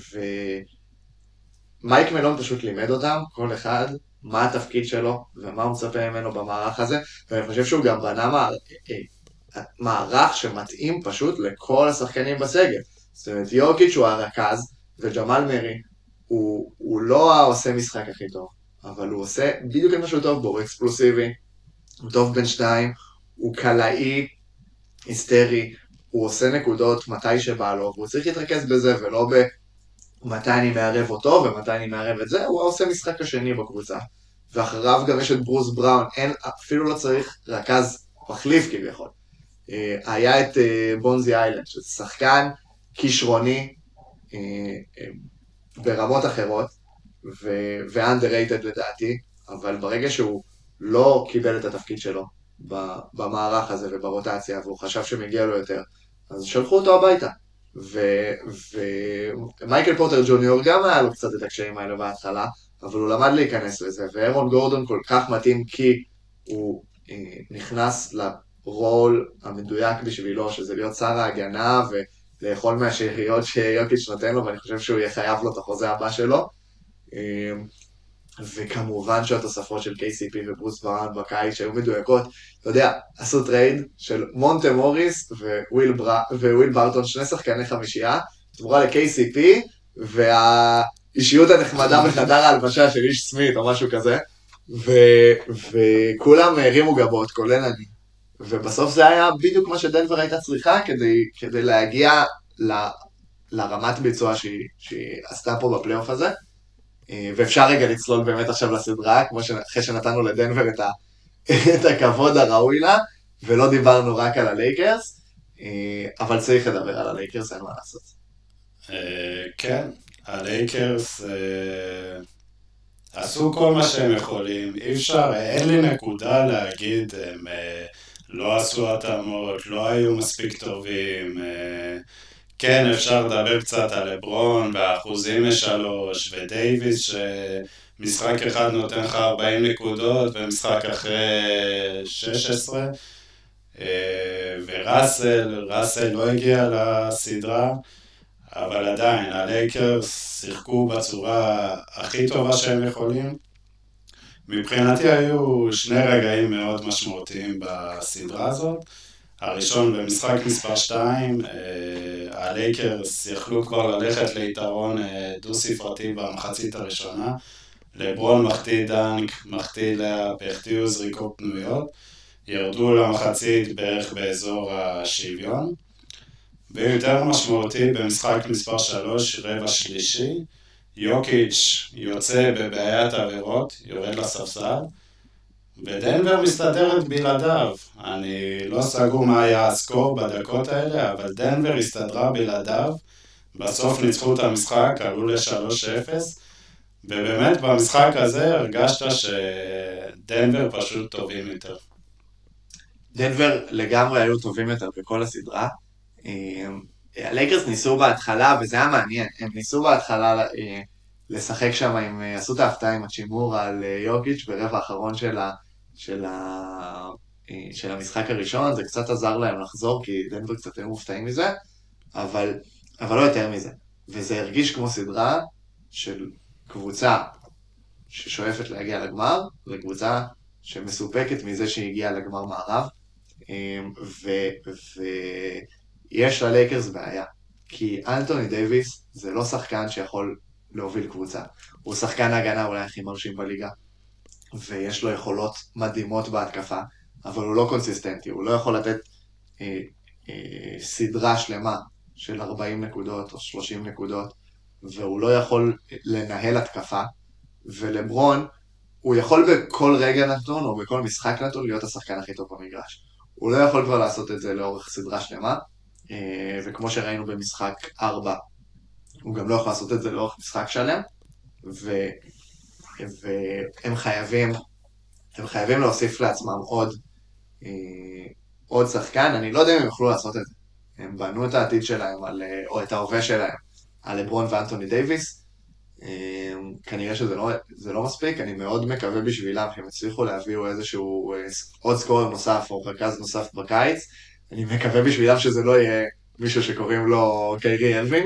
ומייק מלון פשוט לימד אותם, כל אחד, מה התפקיד שלו, ומה הוא מצפה ממנו במערך הזה, ואני חושב שהוא גם בנה מערך, מערך שמתאים פשוט לכל השחקנים בסגל. זאת אומרת, יוקיץ' הוא הרכז, וג'מאל מרי, הוא, הוא לא עושה משחק הכי טוב, אבל הוא עושה בדיוק את מה שהוא טוב בו, הוא אקספלוסיבי, הוא טוב בין שניים, הוא קלעי, היסטרי, הוא עושה נקודות מתי שבא לו, והוא צריך להתרכז בזה ולא במתי אני מערב אותו ומתי אני מערב את זה, הוא עושה משחק השני בקבוצה. ואחריו גם יש את ברוס בראון, אין, אפילו לא צריך רכז מחליף כביכול. היה את בונזי איילנד, שזה שחקן כישרוני ברמות אחרות, ו-underrated לדעתי, אבל ברגע שהוא לא קיבל את התפקיד שלו במערך הזה וברוטציה, והוא חשב שמגיע לו יותר, אז שלחו אותו הביתה. ומייקל פוטר ג'וניור גם היה לו קצת את הקשיים האלה בהתחלה, אבל הוא למד להיכנס לזה, ואירון גורדון כל כך מתאים כי הוא נכנס לרול המדויק בשבילו, שזה להיות שר ההגנה ולאכול מהשאריות שיוקיץ' נותן לו, ואני חושב שהוא יהיה חייב לו את החוזה הבא שלו. וכמובן שהתוספות של קיי סי פי וברוס בראון בקיץ שהיו מדויקות, אתה יודע, עשו טרייד של מונטה מוריס וויל, בר... וויל ברטון, שני שחקני חמישייה, תמורה ל-קיי סי פי, והאישיות הנחמדה בחדר ההלבשה של איש סמית או משהו כזה, ו... וכולם הרימו גבות, כולל אני. ובסוף זה היה בדיוק מה שדנבר הייתה צריכה כדי, כדי להגיע ל... לרמת ביצוע שהיא, שהיא עשתה פה בפלייאוף הזה. ואפשר רגע לצלול באמת עכשיו לסדרה, כמו שאחרי שנתנו לדנבר את, ה... את הכבוד הראוי לה, ולא דיברנו רק על הלייקרס, אבל צריך לדבר על הלייקרס, אין מה לעשות. כן, הלייקרס עשו כל מה שהם יכולים, אי אפשר, אין לי נקודה להגיד, הם לא עשו התאמות, לא היו מספיק טובים, כן, אפשר לדבר קצת על לברון, באחוזים משלוש, ודייביס שמשחק אחד נותן לך ארבעים נקודות, ומשחק אחרי שש עשרה, וראסל, ראסל לא הגיע לסדרה, אבל עדיין, הלייקרס שיחקו בצורה הכי טובה שהם יכולים. מבחינתי היו שני רגעים מאוד משמעותיים בסדרה הזאת. הראשון במשחק מספר שתיים, הלייקרס יכלו כבר ללכת ליתרון דו-ספרתי במחצית הראשונה. לברון מחטיא דנק, מחטיא לאפ, החטיאו זריקות פנויות, ירדו למחצית בערך באזור השוויון. ויותר משמעותי במשחק מספר שלוש, רבע שלישי, יוקיץ' יוצא בבעיית עבירות, יורד לספסל, ודנבר מסתדרת בלעדיו. אני לא סגור מה היה הסקור בדקות האלה, אבל דנבר הסתדרה בלעדיו. בסוף ניצחו את המשחק, עלו ל-שלוש אפס, ובאמת במשחק הזה הרגשת שדנבר פשוט טובים יותר. דנבר לגמרי היו טובים יותר בכל הסדרה. הלייקרס ניסו בהתחלה, וזה היה מעניין, הם ניסו בהתחלה לשחק שם, הם עשו את ההפתעה עם השימור על יוקיץ' ברבע האחרון של, ה, של, ה, של המשחק הראשון, זה קצת עזר להם לחזור, כי דנבר קצת היו מופתעים מזה, אבל, אבל לא יותר מזה. וזה הרגיש כמו סדרה של קבוצה ששואפת להגיע לגמר, וקבוצה שמסופקת מזה שהגיעה לגמר מערב, ו... ו יש ללייקרס בעיה, כי אנתוני דייביס זה לא שחקן שיכול להוביל קבוצה. הוא שחקן ההגנה אולי הכי מרשים בליגה, ויש לו יכולות מדהימות בהתקפה, אבל הוא לא קונסיסטנטי, הוא לא יכול לתת אה, אה, סדרה שלמה של ארבעים נקודות או שלושים נקודות, והוא לא יכול לנהל התקפה, ולברון, הוא יכול בכל רגע נתון או בכל משחק נתון להיות השחקן הכי טוב במגרש. הוא לא יכול כבר לעשות את זה לאורך סדרה שלמה, וכמו שראינו במשחק ארבע, הוא גם לא יכול לעשות את זה לאורך משחק שלם, ו... והם חייבים, הם חייבים להוסיף לעצמם עוד, עוד שחקן. אני לא יודע אם הם יוכלו לעשות את זה. הם בנו את העתיד שלהם, על, או את ההווה שלהם, על לברון ואנתוני דייביס. כנראה שזה לא, זה לא מספיק, אני מאוד מקווה בשבילם שהם הצליחו להביאו איזשהו עוד סקורר נוסף או רכז נוסף בקיץ. אני מקווה בשבילם שזה לא יהיה מישהו שקוראים לו קיירי אלווינג,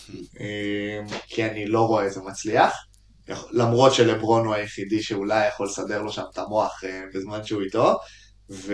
כי אני לא רואה את זה מצליח, למרות שלברון הוא היחידי שאולי יכול לסדר לו שם את המוח בזמן שהוא איתו, ו...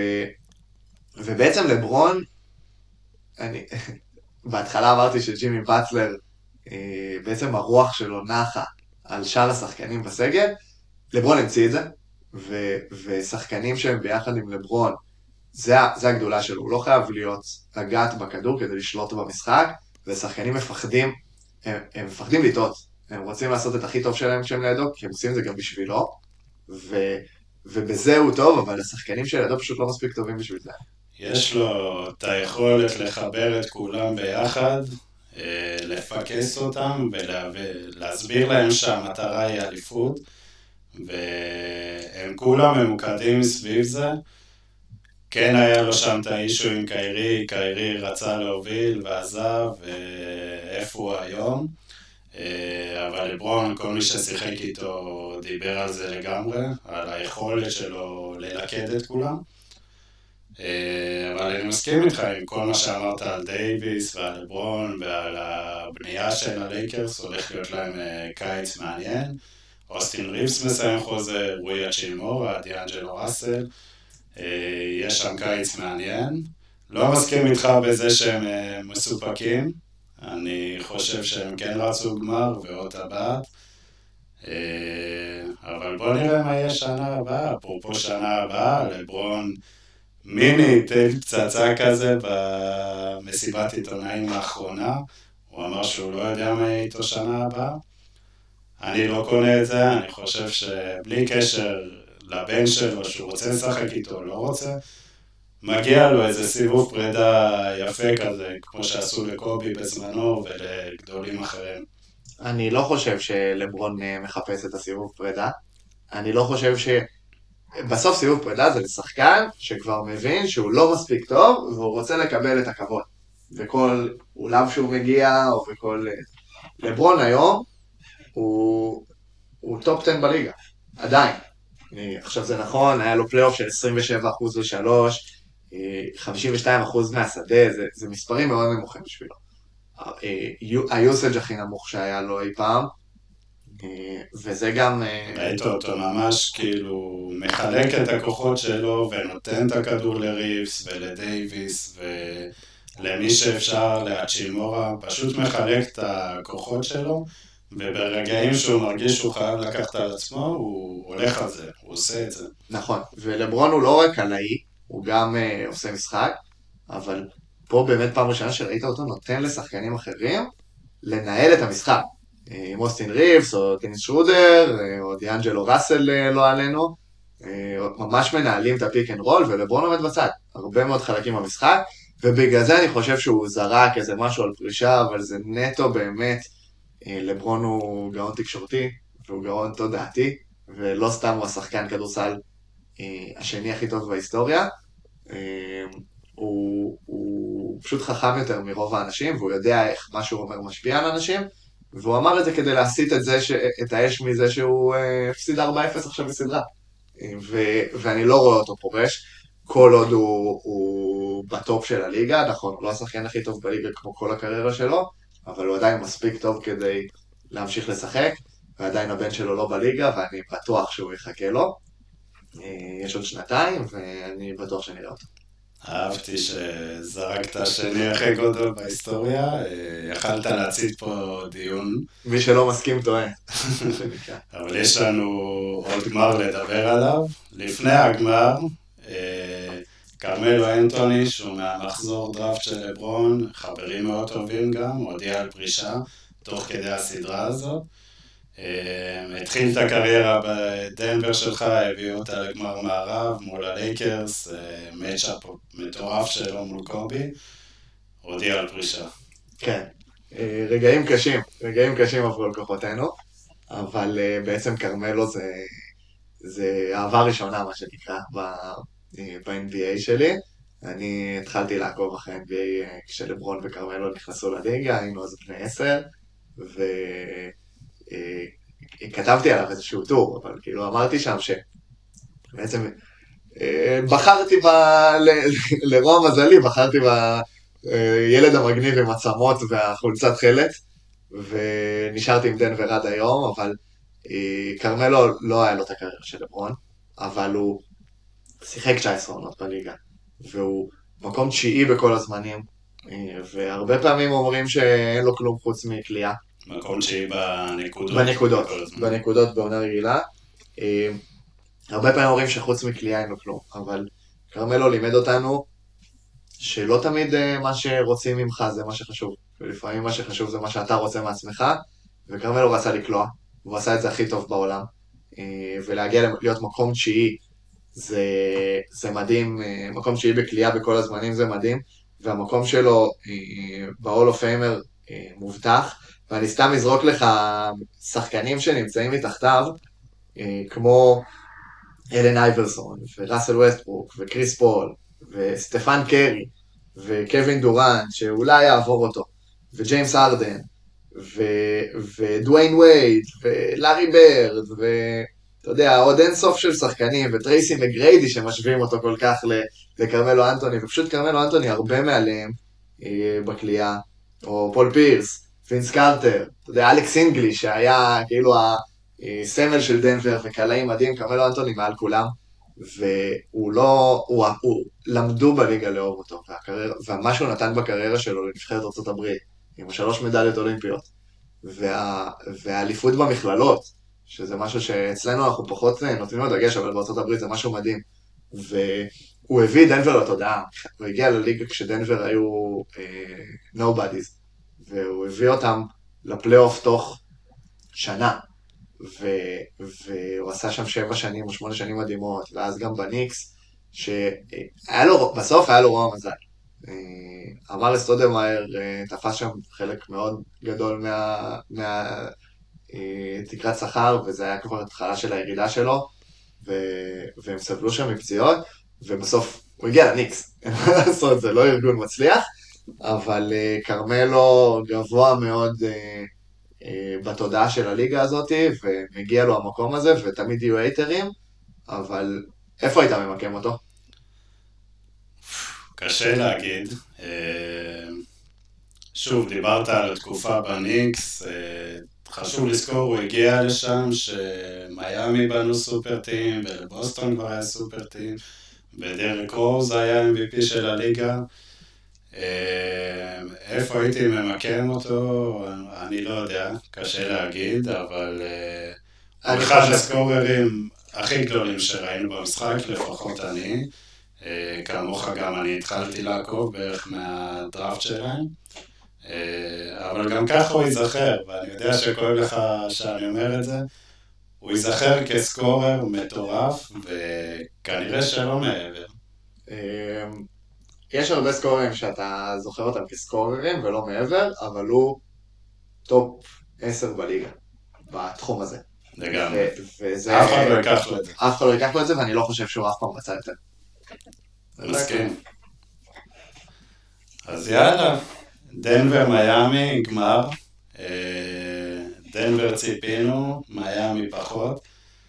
ובעצם לברון, אני... בהתחלה אמרתי שג'ימי באטלר, בעצם הרוח שלו נחה על שאר השחקנים בסגל, לברון המציא את זה, ו, ושחקנים שהם ביחד עם לברון, זה, זה הגדולה שלו, הוא לא חייב להיות לגעת בכדור כדי לשלוט במשחק, ושחקנים מפחדים, הם, הם מפחדים לטעות, הם רוצים לעשות את הכי טוב שלהם כשהם לידו, כי הם עושים את זה גם בשבילו, ו, ובזה הוא טוב, אבל השחקנים שלידו פשוט לא מספיק טובים בשביל זה. יש לו את היכולת לחבר את כולם ביחד, לפקס אותם ולהסביר להם שהמטרה היא אליפות, והם כולם ממוקדים סביב זה. כן היה לו שם את האישו עם קיירי, קיירי רצה להוביל ועזב, ואיפה הוא היום. אבל לברון, כל מי ששיחק איתו דיבר על זה לגמרי, על היכולת שלו ללכד את כולם. אבל אני מסכים איתך עם כל מה שאמרת על דייביס ועל לברון ועל הבנייה של הלייקרס, הולך להיות להם קיץ מעניין. אוסטין ריבס מסיים חוזה, רוי אצ'ילמורה, דיאנג'לו ראסל, יש שם קיץ מעניין. לא מסכים איתך בזה שהם מסופקים, אני חושב שהם כן רצו גמר ועוד הבאת, אבל בוא נראה מה יהיה שנה הבאה. אפרופו שנה הבאה, לברון מיני תל פצצה כזה במסיבת עיתונאים האחרונה, הוא אמר שהוא לא יודע מה יהיה איתו שנה הבאה. אני לא קונה את זה, אני חושב שבלי קשר לבן שלו שהוא רוצה לשחק איתו, לא רוצה, מגיע לו איזה סיבוב פרידה יפה כזה, כמו שעשו לקובי בזמנו ולגדולים אחרים. אני לא חושב שלברון מחפש את הסיבוב פרידה, אני לא חושב ש... בסוף סיבוב פרידה זה לשחקן שכבר מבין שהוא לא מספיק טוב והוא רוצה לקבל את הכבוד. וכל אולם שהוא מגיע או בכל... לברון היום הוא, הוא טופ עשר בליגה, עדיין. עכשיו זה נכון, היה לו פלייאוף של עשרים ושבע אחוז ל-שלוש, חמישים ושתיים אחוז מהשדה, זה, זה מספרים מאוד נמוכים בשבילו. היוסאג' הכי נמוך שהיה לו אי פעם, וזה גם... ראית אותו ממש כאילו מחלק את הכוחות שלו ונותן את הכדור לריבס ולדייביס ולמי שאפשר לאצ'ילמורה, פשוט מחלק את הכוחות שלו, וברגעים שהוא מרגיש שהוא חייב לקחת על עצמו, הוא הולך על זה, הוא עושה את זה. נכון, ולברון הוא לא רק עלאי, הוא גם uh, עושה משחק, אבל פה באמת פעם ראשונה שראית אותו נותן לשחקנים אחרים לנהל את המשחק. עם אוסטין ריבס, או דניס שרודר, או דיאנג'לו ראסל לא עלינו, ממש מנהלים את הפיק אנד רול, ולברון עומד בצד, הרבה מאוד חלקים במשחק, ובגלל זה אני חושב שהוא זרק איזה משהו על פרישה, אבל זה נטו באמת, לברון הוא גאון תקשורתי, והוא גאון תודעתי, ולא סתם הוא השחקן כדורסל השני הכי טוב בהיסטוריה, הוא, הוא פשוט חכם יותר מרוב האנשים, והוא יודע איך מה שהוא אומר משפיע על אנשים, והוא אמר את זה כדי להסיט את, זה ש... את האש מזה שהוא הפסיד ארבע אפס עכשיו בסדרה. ו... ואני לא רואה אותו פורש, כל עוד הוא, הוא בטופ של הליגה, נכון, הוא לא השחקן הכי טוב בליגה כמו כל הקריירה שלו, אבל הוא עדיין מספיק טוב כדי להמשיך לשחק, ועדיין הבן שלו לא בליגה, ואני בטוח שהוא יחכה לו. יש עוד שנתיים, ואני בטוח שנראה אותו. אהבתי שזרקת שני הכי גדול בהיסטוריה, יכלת להציג פה דיון. מי שלא מסכים טועה. אבל יש לנו עוד גמר לדבר עליו. לפני הגמר, קרמלו אנטוני, שהוא מהמחזור דראפט של לברון, חברים מאוד טובים גם, הודיע על פרישה תוך כדי הסדרה הזאת. התחיל את הקריירה בדנבר שלך, הביא אותה לגמר מערב מול הלייקרס, מאצ'אפ מטורף שלו מול קובי, הודיע על פרישה. כן, רגעים קשים, רגעים קשים עברו על כוחותינו, אבל בעצם קרמלו זה, זה אהבה ראשונה מה שנקרא ב-אן בי איי שלי. אני התחלתי לעקוב אחרי אן בי איי כשלברון וקרמלו נכנסו לליגה, היינו אז בני עשר, ו... כתבתי עליו איזשהו טור, אבל כאילו אמרתי שם שבעצם בחרתי לרוע מזלי, בחרתי בילד המגניב עם עצמות והחולצת חלת, ונשארתי עם דנבר עד היום, אבל קרמלו לא היה לו את הקריירה של לברון, אבל הוא שיחק תשע עשרה עונות בליגה, והוא מקום תשיעי בכל הזמנים, והרבה פעמים אומרים שאין לו כלום חוץ מקליעה. מקום שהיא בנקודות. בנקודות, בנקודות בעונה רגילה. הרבה פעמים אומרים שחוץ מקליעה אין לו כלום, אבל קרמלו לימד אותנו שלא תמיד מה שרוצים ממך זה מה שחשוב, ולפעמים מה שחשוב זה מה שאתה רוצה מעצמך, וקרמלו רצה לקלוע, והוא עשה את זה הכי טוב בעולם, ולהגיע להיות מקום תשיעי זה, זה מדהים, מקום תשיעי בקליעה בכל הזמנים זה מדהים, והמקום שלו ב-Hall of Famer מובטח, ואני סתם אזרוק לך שחקנים שנמצאים מתחתיו, כמו אלן אייברסון, וראסל ווסטברוק, וקריס פול, וסטפן קרי, וקווין דורנט, שאולי יעבור אותו, וג'יימס ארדן, ודוויין וייד, ולארי ברד, ואתה יודע, עוד אין סוף של שחקנים, וטרייסי מגריידי שמשווים אותו כל כך לקרמלו אנטוני, ופשוט קרמלו אנטוני הרבה מעליהם בקליעה, או פול פירס, וינס קארטר, אתה יודע, אלכס אינגלי, שהיה כאילו הסמל של דנבר, וקלעי מדהים, קרמלו אנטוני מעל כולם, והוא לא, הוא, הוא למדו בליגה לאהוב אותו, והקריירה, ומה שהוא נתן בקריירה שלו לנבחרת ארצות הברית, עם שלוש מדליות אולימפיות, וה, והאליפות במכללות, שזה משהו שאצלנו אנחנו פחות נותנים לו דגש, אבל בארצות הברית זה משהו מדהים, והוא הביא דנבר לתודעה, הוא הגיע לליגה כשדנבר היו uh, nobodies, והוא הביא אותם לפלייאוף תוך שנה, ו, והוא עשה שם שבע שנים או שמונה שנים מדהימות, ואז גם בניקס, שהיה לו, בסוף היה לו רוע מזל. אמר סטודמאייר תפס שם חלק מאוד גדול מה, מה תקרת שכר, וזה היה כבר התחלה של הירידה שלו, ו, והם סבלו שם מפציעות, ובסוף הוא הגיע לניקס. זאת, זה לא ארגון מצליח, אבל קרמלו גבוה מאוד בתודעה של הליגה הזאת, ומגיע לו המקום הזה, ותמיד יהיו הייטרים, אבל איפה היית ממקם אותו? קשה להגיד. שוב, דיברת על התקופה בניקס, חשוב לזכור, הוא הגיע לשם שמיימי בנו סופר טים, ולבוסטון כבר היה סופר טים, ודרק רוז היה אם וי פי של הליגה. איפה הייתי ממקם אותו, אני לא יודע, קשה להגיד, אבל הוא אחד הסקוררים הכי גדולים שראינו במשחק, לפחות אני. כמוך גם אני התחלתי לעקוב בערך מהדראפט שלהם, אבל גם ככה הוא ייזכר, ואני יודע שכואב לך שאני אומר את זה, הוא ייזכר כסקורר מטורף, וכנראה שלא מעבר. יש הרבה סקוררים שאתה זוכר אותם כסקוררים ולא מעבר, אבל הוא טופ עשר בליגה, בתחום הזה. לגמרי. אף אחד לא ייקח לו את זה. אף אחד לא ייקח לו את זה, ואני לא חושב שהוא אף פעם רצה יותר. מסכים. אז יאללה, דנבר מיימי, גמר. דנבר ציפינו, מיימי פחות.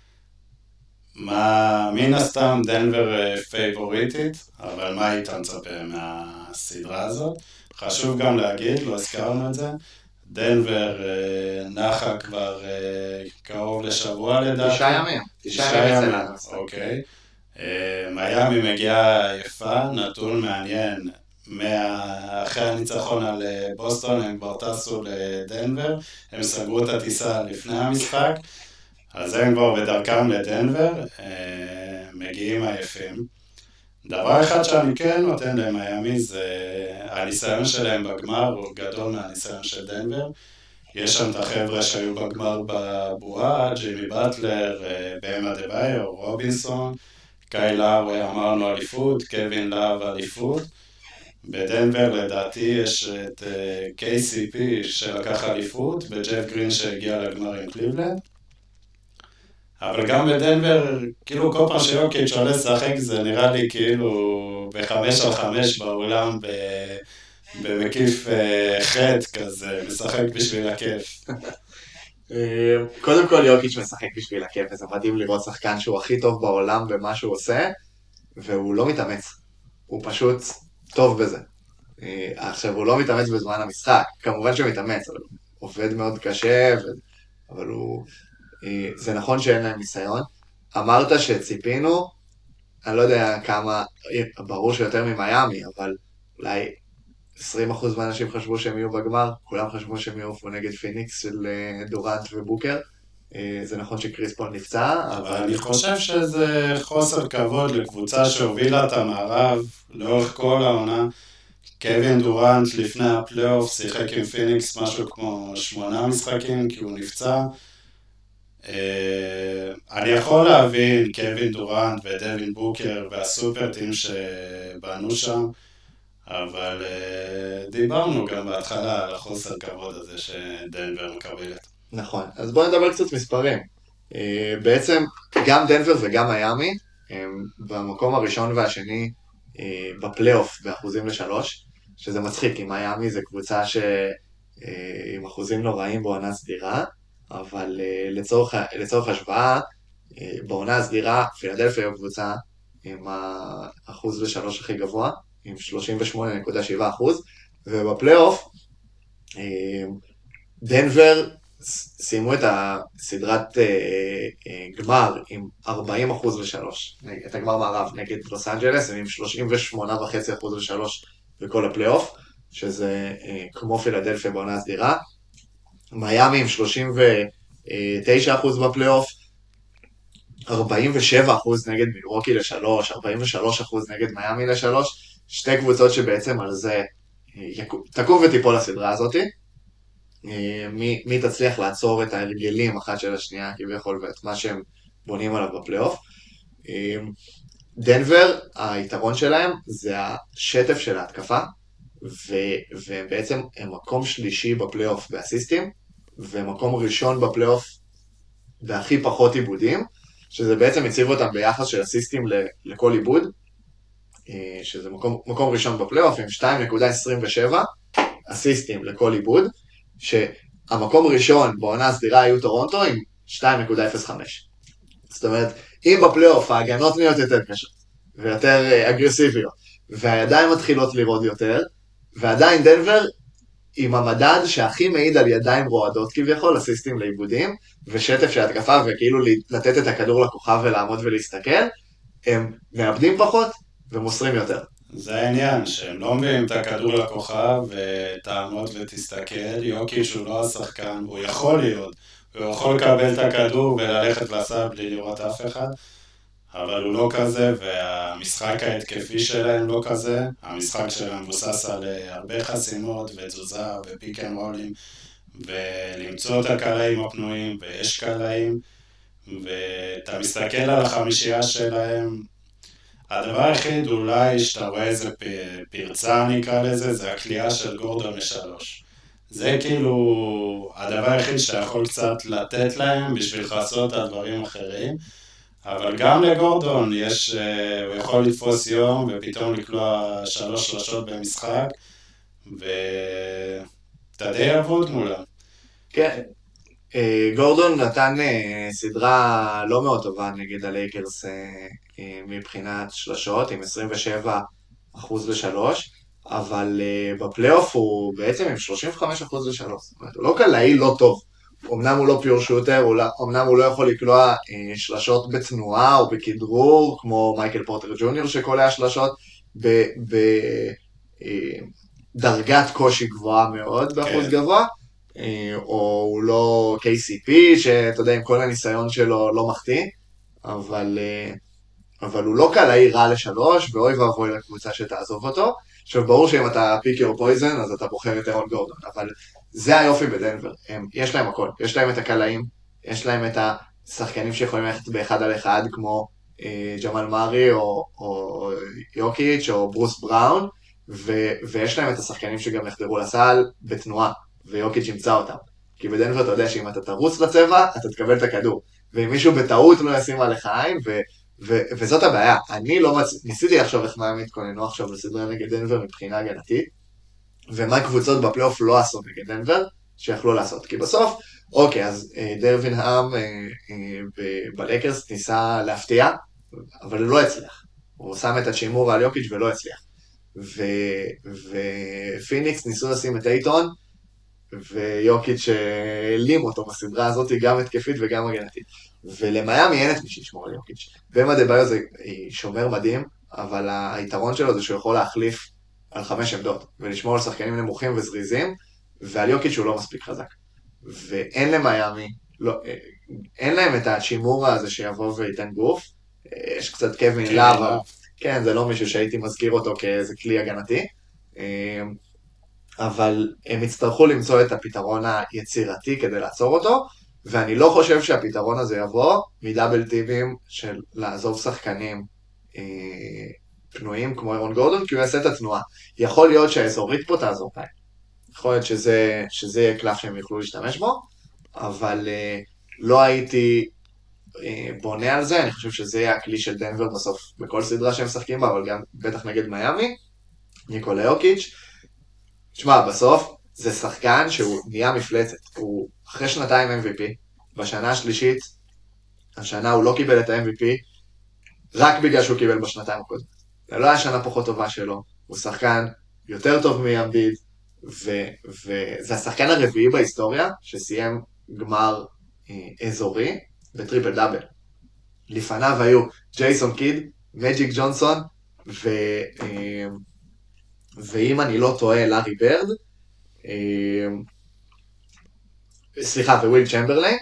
מה, מן הסתם דנבר פייבוריטית, אבל מה היית מצפה מהסדרה הזאת? חשוב גם להגיד, לא הזכרנו את זה, דנבר נחה כבר קרוב לשבוע לדעתי. תשעה ימים. תשעה ימים אצלנו. אוקיי. מיימי מגיעה יפה, נתון מעניין, אחרי הניצחון על בוסטון הם כבר טסו לדנבר, הם סגרו את הטיסה לפני המשחק, אז הם כבר בדרכם לדנבר, מגיעים עייפים. דבר אחד שאני כן נותן להם מיימי זה הניסיון שלהם בגמר, הוא גדול מהניסיון של דנבר. יש שם את החבר'ה שהיו בגמר בבועה, ג'ימי באטלר, במה דבייר, רובינסון, קאי לאר אמרנו אליפות, קווין לאב אליפות. בדנבר לדעתי יש את קיי סי פי שלקח אליפות, וג'ף גרין שהגיע לגמר עם קליבלנד. אבל גם בדנבר, כאילו כל פעם שיוקיץ' עולה לשחק זה נראה לי כאילו בחמש על חמש באולם במקיף חטא כזה, משחק בשביל הכיף. קודם כל יוקיץ' משחק בשביל הכיף, וזה מדהים לראות שחקן שהוא הכי טוב בעולם במה שהוא עושה, והוא לא מתאמץ, הוא פשוט טוב בזה. עכשיו הוא לא מתאמץ בזמן המשחק, כמובן שהוא מתאמץ, אבל הוא עובד מאוד קשה, אבל הוא... זה נכון שאין להם ניסיון. אמרת שציפינו, אני לא יודע כמה, ברור שיותר ממיימי, אבל אולי עשרים אחוז מהאנשים חשבו שהם יהיו בגמר, כולם חשבו שהם יהיו נגד פיניקס של דורנט ובוקר, זה נכון שקריס פול נפצע, אבל אני חושב שזה חוסר כבוד לקבוצה שהובילה את המערב לאורך כל העונה. קווין דורנט לפני הפלייאוף שיחק עם פיניקס משהו כמו שמונה משחקים כי הוא נפצע. אני יכול להבין קווין דורנט ודווין בוקר והסופר טים שבנו שם, אבל דיברנו גם בהתחלה על החוסר כבוד הזה שדנבר מקבלת. נכון, אז בואו נדבר קצת מספרים. בעצם גם דנבר וגם מיאמי הם במקום הראשון והשני בפלייאוף באחוזים לשלוש, שזה מצחיק, כי מיאמי זה קבוצה עם אחוזים נוראים בעונה סדירה, אבל לצורך, לצורך השוואה, בעונה הסדירה פילדלפיה היא קבוצה עם האחוז לשלוש הכי גבוה, עם שלושים ושמונה נקודה שבע אחוז, ובפלייאוף דנבר סיימו את הסדרת אה, אה, גמר עם ארבעים אחוז לשלוש, את הגמר מערב נגד לוס אנג'לס, עם שלושים ושמונה נקודה חמש אחוז לשלוש בכל הפלייאוף, שזה אה, כמו פילדלפיה בעונה הסדירה. מיאמי עם שלושים ותשע אחוז בפלייאוף, ארבעים ושבע אחוז נגד מילווקי לשלוש, ארבעים ושלוש אחוז נגד מיאמי לשלוש, שתי קבוצות שבעצם על זה אה, תקום וטיפול הסדרה הזאת. מי, מי תצליח לעצור את ההרגלים אחת של השנייה כביכול ואת מה שהם בונים עליו בפלייאוף. דנבר, היתרון שלהם זה השטף של ההתקפה, ו, ובעצם הם מקום שלישי בפלייאוף באסיסטים, ומקום ראשון בפלייאוף בהכי פחות עיבודים, שזה בעצם הציב אותם ביחס של אסיסטים לכל עיבוד, שזה מקום, מקום ראשון בפלייאוף עם שתיים נקודה עשרים ושבע אסיסטים לכל עיבוד, שהמקום ראשון בעונה הסדירה היו טורונטו עם שתיים נקודה אפס חמש. זאת אומרת, אם בפלייאוף ההגנות נהיות יותר קשות ויותר אגרסיביות, והידיים מתחילות לראות יותר, ועדיין דנבר עם המדד שהכי מעיד על ידיים רועדות כביכול, אסיסטים לעיבודים, ושטף של התקפה, וכאילו לתת את הכדור לכוכב ולעמוד ולהסתכל, הם מאבדים פחות ומוסרים יותר. זה העניין, שהם לא מביאים את הכדור לכוכב ותעמוד ותסתכל. יוקיץ' הוא לא השחקן, הוא יכול להיות, הוא יכול לקבל את הכדור וללכת לסל בלי לראות אף אחד, אבל הוא לא כזה, והמשחק ההתקפי שלהם לא כזה. המשחק שלהם מבוסס על הרבה חסימות ותזוזה ופיק אנד רולים, ולמצוא את הקלעים הפנויים, ויש קלעים, ואתה מסתכל על החמישייה שלהם, הדבר היחיד אולי שאתה רואה איזה פרצה נקרא לזה, זה הקליעה של גורדון משלוש. זה כאילו הדבר היחיד שאתה יכול קצת לתת להם בשביל לעשות את הדברים אחרים, אבל גם לגורדון יש, הוא יכול לתפוס יום ופתאום לקלוע שלוש שלושות במשחק, ואתה די עבוד מולה. כן, גורדון נתן סדרה לא מאוד טובה נגד הלייקרס מבחינת שלשות, עם עשרים ושבע אחוז לשלוש, אבל בפלייאוף הוא בעצם עם שלושים וחמישה אחוז לשלוש. זאת אומרת, הוא לא קלעי לא טוב. אמנם הוא לא פיור שוטר, אמנם הוא לא יכול לקלוע שלשות בתנועה או בכדרור, כמו מייקל פורטר ג'וניור שקולע שלשות בדרגת קושי גבוהה מאוד, באחוז גבוה, או הוא לא קיי סי פי, שאתה יודע, עם כל הניסיון שלו לא מחטיא, אבל, אבל הוא לא קלעי רע לשלוש, ואוי ואבוי לקבוצה שתעזוב אותו. עכשיו, ברור שאם אתה פיק יור פויזן, אז אתה בוחר את אירון גורדון, אבל זה היופי בדנבר. הם, יש להם הכל, יש להם את הקלעים, יש להם את השחקנים שיכולים ללכת באחד על אחד, כמו אה, ג'מאל מארי, או, או יוקיץ', או ברוס בראון, ו, ויש להם את השחקנים שגם יחדרו לסל בתנועה, ויוקיץ' ימצא אותם. כי בדנבר אתה יודע שאם אתה תרוץ לצבע, אתה תקבל את הכדור. ואם מישהו בטעות לא ישים עליך עין, ו... ו- וזאת הבעיה, אני לא מצ... ניסיתי לחשוב איך מה הם התכוננו עכשיו לסדרה נגד דנבר מבחינה הגנתית, ומה קבוצות בפלייאוף לא עשו נגד דנבר, שיכלו לעשות. כי בסוף, אוקיי, אז אה, דרווין האם אה, אה, ב- בלקרס ניסה להפתיע, אבל הוא לא הצליח. הוא שם את השימור על יוקיץ' ולא הצליח. ופיניקס ו- ניסו לשים את אייטון, ויוקיץ' העלים אותו בסדרה הזאת, גם התקפית וגם הגנתית. ולמיאמי אין את מי שישמור על יוקיץ'. במה דבאיו זה שומר מדהים, אבל היתרון שלו זה שהוא יכול להחליף על חמש עמדות, ולשמור על שחקנים נמוכים וזריזים, ועל יוקיץ' הוא לא מספיק חזק. ואין למיאמי, לא, אין להם את השימורה הזה שיבוא וייתן גוף, יש קצת קווין לאב, כן, זה לא מישהו שהייתי מזכיר אותו כאיזה כלי הגנתי, אבל הם יצטרכו למצוא את הפתרון היצירתי כדי לעצור אותו, ואני לא חושב שהפתרון הזה יבוא מדאבל טיבים של לעזוב שחקנים אה, פנויים כמו אירון גורדון, כי הוא יעשה את התנועה. יכול להיות שהאזורית פה תעזור להם. יכול להיות שזה, שזה יהיה קלף שהם יוכלו להשתמש בו, אבל אה, לא הייתי אה, בונה על זה, אני חושב שזה יהיה הכלי של דנבר בסוף בכל סדרה שהם משחקים בה, אבל גם בטח נגד מיאמי, ניקולה יוקיץ'. תשמע, בסוף זה שחקן שהוא נהיה מפלצת, הוא אחרי שנתיים אם וי פי, בשנה השלישית, השנה הוא לא קיבל את ה-אם וי פי, רק בגלל שהוא קיבל בשנתיים הקודמות. זה לא היה שנה פחות טובה שלו, הוא שחקן יותר טוב מאמביד, וזה השחקן הרביעי בהיסטוריה, שסיים גמר אה, אזורי בטריפל דאבל. לפניו היו ג'ייסון קיד, מג'יק ג'ונסון, ו... אה, ואם אני לא טועה, לארי ברד, אה, סליחה, וויל צ'מברליין,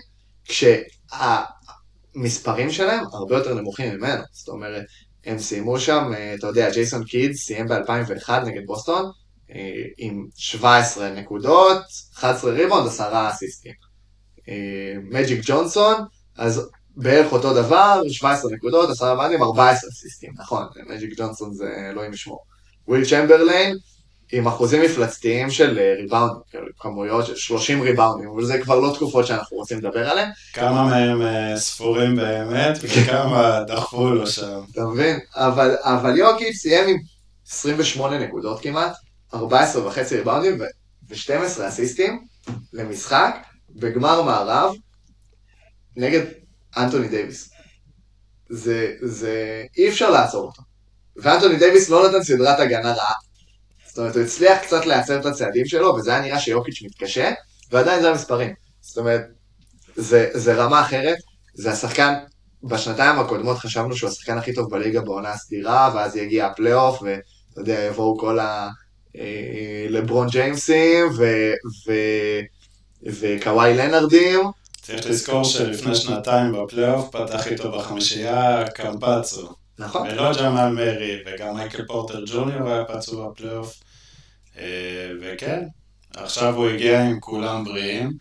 כשהמספרים שלהם הרבה יותר נמוכים ממנו. זאת אומרת, הם סיימו שם, אתה יודע, ג'ייסון קיד סיים ב-אלפיים ואחת נגד בוסטון, עם שבע עשרה נקודות, אחת עשרה ריבאונד, עשרה אסיסטים. מג'יק ג'ונסון, אז בערך אותו דבר, שבע עשרה נקודות, עשרה ריבאונדים, ארבע עשרה אסיסטים. נכון, מג'יק ג'ונסון זה אלוהים ישמור. וויל צ'מברליין, עם אחוזים מפלצתיים של ריבאונדים, כמויות של שלושים ריבאונדים, אבל זה כבר לא תקופות שאנחנו רוצים לדבר עליהן. כמה מהם ספורים באמת, וכמה דחפו לו שם. אתה מבין? אבל, אבל יוקיץ' סיים עם עשרים ושמונה נקודות כמעט, ארבע עשרה וחצי ריבאונדים ו-שתים עשרה אסיסטים למשחק בגמר מערב נגד אנטוני דייביס. זה, זה, אי אפשר לעצור אותו. ואנטוני דייביס לא נתן סדרת הגנה רעה. זאת אומרת, הוא הצליח קצת לייצר את הצעדים שלו, וזה היה נראה שיוקיץ' מתקשה, ועדיין זה המספרים. זאת אומרת, זה, זה רמה אחרת, זה השחקן, בשנתיים הקודמות חשבנו שהוא השחקן הכי טוב בליגה בעונה הסדירה, ואז יגיע הפלייאוף, ואתה יודע, יבואו כל ה... לברון ג'יימסים, ו... ו... וקוואי לנרדים. צריך לזכור שלפני שנתיים בפלייאוף פתח איתו בחמישייה קמפצו. נכון. ולא ג'מאל מרי, וגם מייקל פורטר ג'וניור היה פצוע בפלייאוף. וכן, עכשיו הוא הגיע עם כולם בריאים.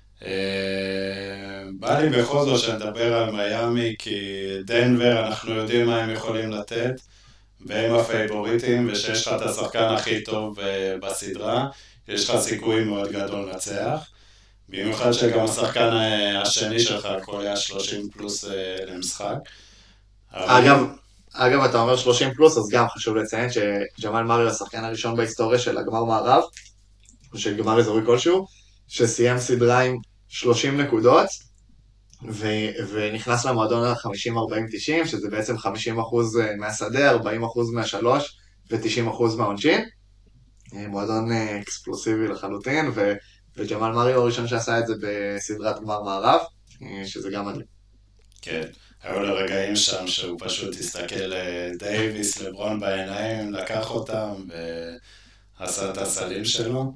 בא לי בכל זאת שנדבר על מיאמי, כי דנבר אנחנו יודעים מה הם יכולים לתת, והם הפייבוריטים, ושיש לך את השחקן הכי טוב בסדרה, יש לך סיכוי מאוד גדול לנצח. במיוחד שגם השחקן השני שלך קולע שלושים פלוס למשחק. אגב, אגב, אתה אומר שלושים פלוס, אז גם חשוב לציין שג'מאל מרי הוא השחקן הראשון בהיסטוריה של הגמר מערב, או של גמר אזורי כלשהו, שסיים סדרה עם שלושים נקודות, ו- ונכנס למועדון ה-חמישים ארבעים תשעים, שזה בעצם חמישים אחוז מהשדה, ארבעים אחוז מהשלוש ו-תשעים אחוז מהעונשין. מועדון אקספלוסיבי לחלוטין, ו- וג'מאל מרי הוא הראשון שעשה את זה בסדרת גמר מערב, שזה גם מדהים. כן. היו לו רגעים שם שהוא פשוט הסתכל לדייביס, לברון בעיניים, לקח אותם ועשה את הסלים שלו.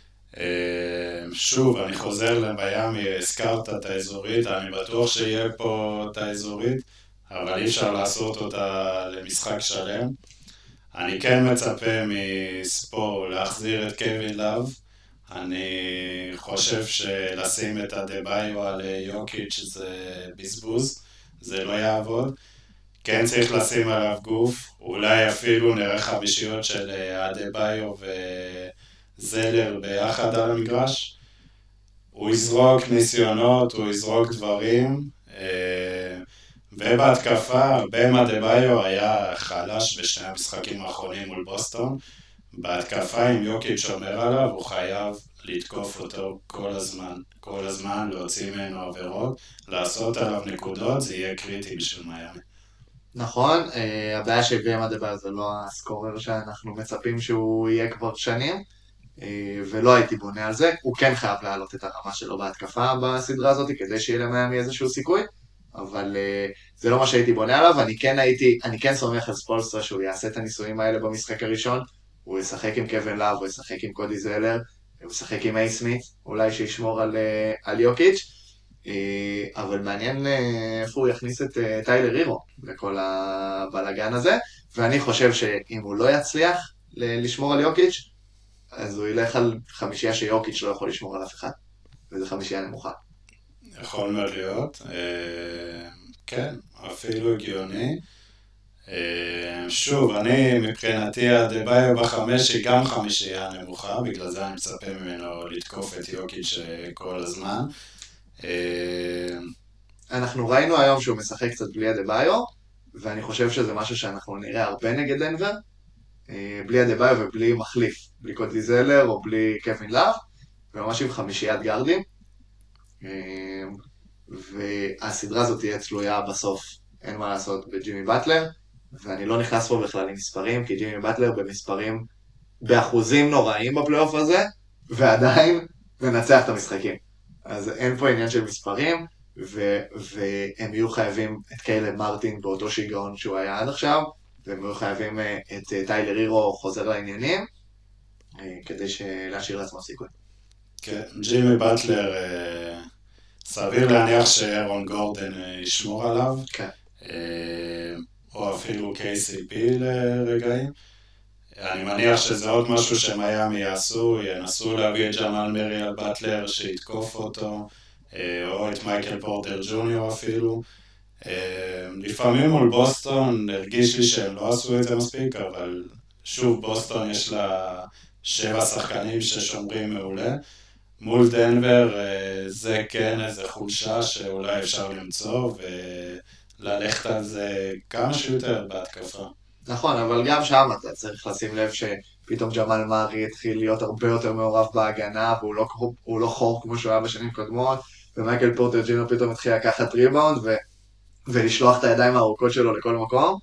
שוב, אני חוזר למיאמי, הזכרת את האזורית, אני בטוח שיהיה פה את האזורית, אבל אי אפשר לעשות אותה למשחק שלם. אני כן מצפה מספור להחזיר את קווין לאב. אני חושב שלשים את הדבאיו על יוקיץ' זה בזבוז. זה לא יעבוד. כן צריך לשים עליו גוף, אולי אפילו נראה חמישיות של אדבאיו וזלר ביחד על המגרש. הוא יזרוק ניסיונות, הוא יזרוק דברים, ובהתקפה, בם אדבאיו היה חלש בשני המשחקים האחרונים מול בוסטון. בהתקפה עם יוקיץ' שומר עליו, הוא חייב לתקוף אותו כל הזמן, כל הזמן להוציא ממנו עבירות, לעשות עליו נקודות, זה יהיה קריטי בשביל מיאמי. נכון, הבעיה שהביאה אדבאיו זה לא הסקורר שאנחנו מצפים שהוא יהיה כבר שנים, ולא הייתי בונה על זה, הוא כן חייב להעלות את הרמה שלו בהתקפה בסדרה הזאת, כדי שיהיה למיאמי איזשהו סיכוי, אבל זה לא מה שהייתי בונה עליו, אני כן הייתי, אני כן סומך על ספולסטרה שהוא יעשה את הניסויים האלה במשחק הראשון, הוא ישחק עם קווין לאב, הוא ישחק עם קודי זלר, הוא ישחק עם איי סמית, אולי שישמור על, על יוקיץ'. אבל מעניין איפה הוא יכניס את טיילר הירו לכל הבלגן הזה, ואני חושב שאם הוא לא יצליח לשמור על יוקיץ', אז הוא ילך על חמישייה שיוקיץ' לא יכול לשמור על אף אחד, וזו חמישייה נמוכה. יכול מאוד להיות, כן, אפילו הגיוני. שוב, אני מבחינתי הדביו בחמש היא גם חמישייה נמוכה, בגלל זה אני מצפה ממנו לתקוף את יוקיץ' כל הזמן. אנחנו ראינו היום שהוא משחק קצת בלי הדביו, ואני חושב שזה משהו שאנחנו נראה הרבה נגד דנבר, בלי הדביו ובלי מחליף, בלי קודי זלר או בלי קווין לאב, וממש עם חמישיית גארדים. והסדרה הזאת תהיה תלויה בסוף, אין מה לעשות בג'ימי באטלר, ואני לא נכנס פה בכלל למספרים, כי ג'ימי באטלר במספרים באחוזים נוראים בפלייאוף הזה, ועדיין מנצח את המשחקים. אז אין פה עניין של מספרים, ו- והם יהיו חייבים את קיילב מרטין באותו שיגעון שהוא היה עד עכשיו, והם יהיו חייבים את טיילר הירו חוזר לעניינים, כדי להשאיר לעצמו סיכוי. כן, ג'ימי באטלר, סביר להניח שאירון גורדן ישמור עליו, כן. או אפילו קיי סי פי לרגעים. אני מניח שזה עוד משהו שמיימי יעשו, ינסו להביא את ג'מאל מרי על באטלר שיתקוף אותו, או את מייקל פורטר ג'וניור אפילו. לפעמים מול בוסטון הרגיש לי שהם לא עשו את זה מספיק, אבל שוב בוסטון יש לה שבע שחקנים ששומרים מעולה. מול דנבר זה כן איזה חולשה שאולי אפשר למצוא וללכת על זה כמה שיותר בהתקפה. נכון, אבל גם שם אתה צריך לשים לב שפתאום ג'מאל מארי התחיל להיות הרבה יותר מעורב בהגנה, והוא לא, הוא לא חור כמו שהוא היה בשנים קודמות, ומייקל פורטר ג'וניור פתאום התחיל לקחת ריבאונד ו, ולשלוח את הידיים הארוכות שלו לכל מקום.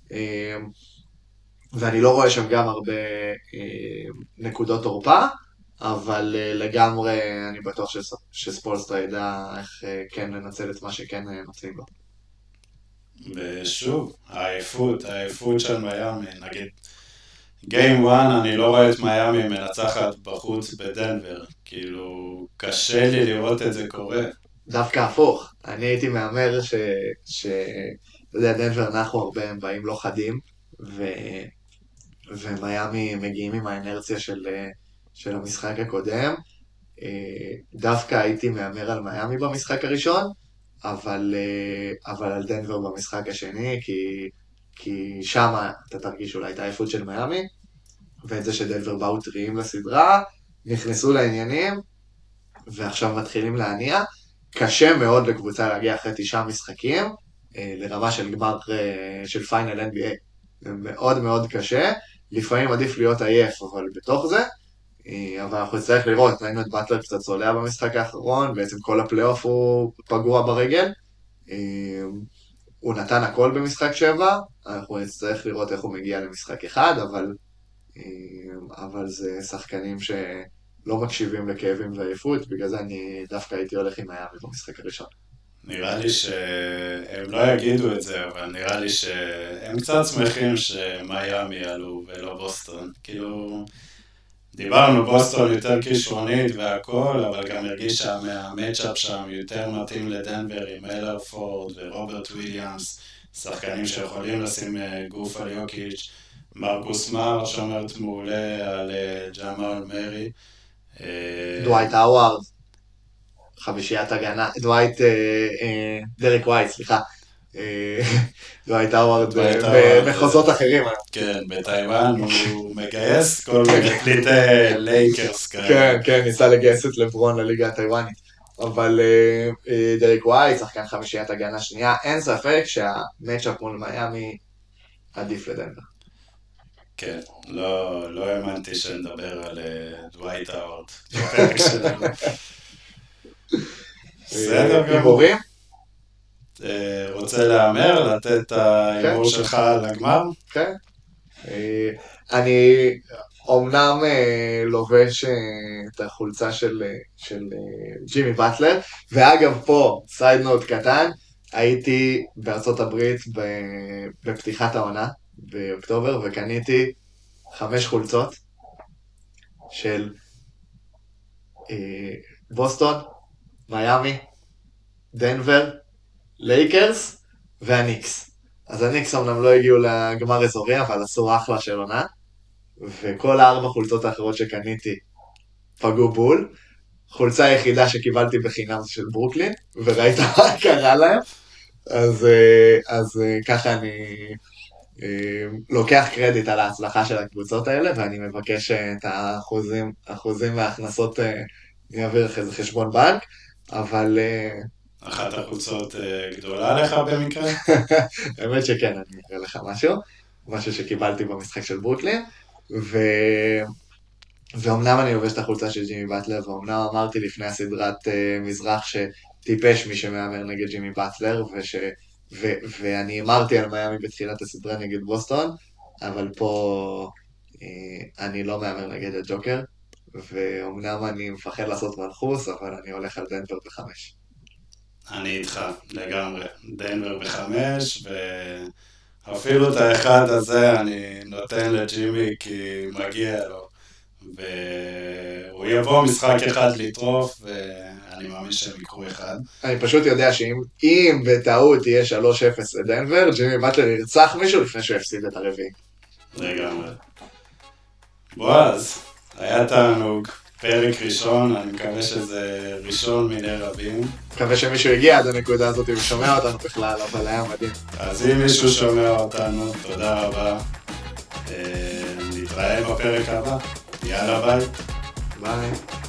ואני לא רואה שם גם הרבה נקודות תורפה, אבל לגמרי אני בטוח שספולסטרה ידע איך כן לנצל את מה שכן נוצאים בו. ושוב, העייפות, העייפות של מיימי, נגיד, גיים וואן, אני לא רואה את מיימי מנצחת בחוץ בדנבר, כאילו, קשה לי לראות את זה קורה. דווקא הפוך, אני הייתי מאמר ש... ש... אתה יודע, דנבר אנחנו הרבה, הם באים לא חדים, ו... ומיימי מגיעים עם האנרציה של, של המשחק הקודם. דווקא הייתי מאמר על מיימי במשחק הראשון, אבל, אבל על דנבר במשחק השני, כי, כי שם אתה תרגיש אולי את העייפות של מיימי, ואת זה שדנבר באו טריים לסדרה, נכנסו לעניינים, ועכשיו מתחילים להניע. קשה מאוד לקבוצה להגיע אחרי תשעה משחקים, לרמה של גמר של פיינל אן בי איי. זה מאוד מאוד קשה, לפעמים עדיף להיות עייף, אבל בתוך זה, אבל אנחנו נצטרך לראות, ראינו את באטלר קצת צולע במשחק האחרון, בעצם כל הפלייאוף הוא פגוע ברגל, הוא נתן הכל במשחק שבע, אנחנו נצטרך לראות איך הוא מגיע למשחק אחד, אבל, אבל זה שחקנים שלא מקשיבים לכאבים ועייפות, בגלל זה אני דווקא הייתי הולך עם מיימי במשחק הראשון. נראה לי שהם לא יגידו את זה, אבל נראה לי שהם קצת שמחים שמיימי עלו ולא בוסטון. כאילו, דיברנו בוסטון יותר כישרונית והכל, אבל גם הרגיש שהמאצ'אפ שם יותר מתאים לדנבר עם אלר פורד ורוברט וויליאמס, שחקנים שיכולים לשים גוף על יוקיץ', מרקוס מאר שומרת מעולה על ג'מאל מרי. דווייט האווארד. חמישיית הגנה, דווייט, דריק ווייט, סליחה, דווייט האווארד במחוזות אחרים. כן, בטייוואן הוא מגייס כל מיני פליטי לייקרס כאלה. כן, כן, ניסה לגייס את לברון לליגה הטייוואנית. אבל דריק ווייט, שחקן חמישיית הגנה שנייה, אין ספק שהמאצ'אפ מול מיימי עדיף לדנבר. כן, לא האמנתי שנדבר על דווייט האווארד בפרק שלנו. בסדר גם. הימורים? רוצה להאמר, לתת את ההימור שלך לגמר? כן. אני אומנם לובש את החולצה של ג'ימי באטלר, ואגב פה, סייד נוט קטן, הייתי בארצות הברית בפתיחת העונה באוקטובר, וקניתי חמש חולצות של בוסטון, מיימי, דנבר, לייקרס והניקס. אז הניקס אמנם לא הגיעו לגמר אזורי, אבל עשו אחלה של עונה, וכל הארבע חולצות האחרות שקניתי פגעו בול. חולצה היחידה שקיבלתי בחינם זה של ברוקלין, וראית מה קרה להם, אז, אז ככה אני לוקח קרדיט על ההצלחה של הקבוצות האלה, ואני מבקש את האחוזים, האחוזים וההכנסות יעביר אחרי זה חשבון בנק, אבל... אחת החולצות גדולה לך במקרה? האמת שכן, אני אקרא לך משהו, משהו שקיבלתי במשחק של ברוקלין, ו... ואומנם אני לובש את החולצה של ג'ימי באטלר, ואומנם אמרתי לפני הסדרת uh, מזרח שטיפש מי שמאמר נגד ג'ימי באטלר, וש... ו... ואני אמרתי על מיאמי בתחילת הסדרה נגד בוסטון, אבל פה uh, אני לא מאמר נגד הג'וקר, ואומנם אני מפחד לעשות מלחוס, אבל אני הולך על דנבר בחמש. אני איתך לגמרי, דנבר בחמש, ואפילו את האחד הזה אני נותן לג'ימי כי מגיע לו. והוא יבוא משחק אחד לטרוף, ואני מאמין שהם יקרו אחד. אני פשוט יודע שאם בטעות יהיה שלוש אפס לדנבר, ג'ימי באטלר ירצח מישהו לפני שהוא יפסיד את הרביעי. לגמרי. בועז, היה תענוג, פרק ראשון, אני מקווה שזה ראשון מיני רבים. מקווה שמישהו הגיע עד הנקודה הזאת ושומע אותנו בכלל, אבל היה מדהים. אז אם מישהו שומע אותנו, תודה רבה. נתראה בפרק הבא. יאללה ביי. ביי.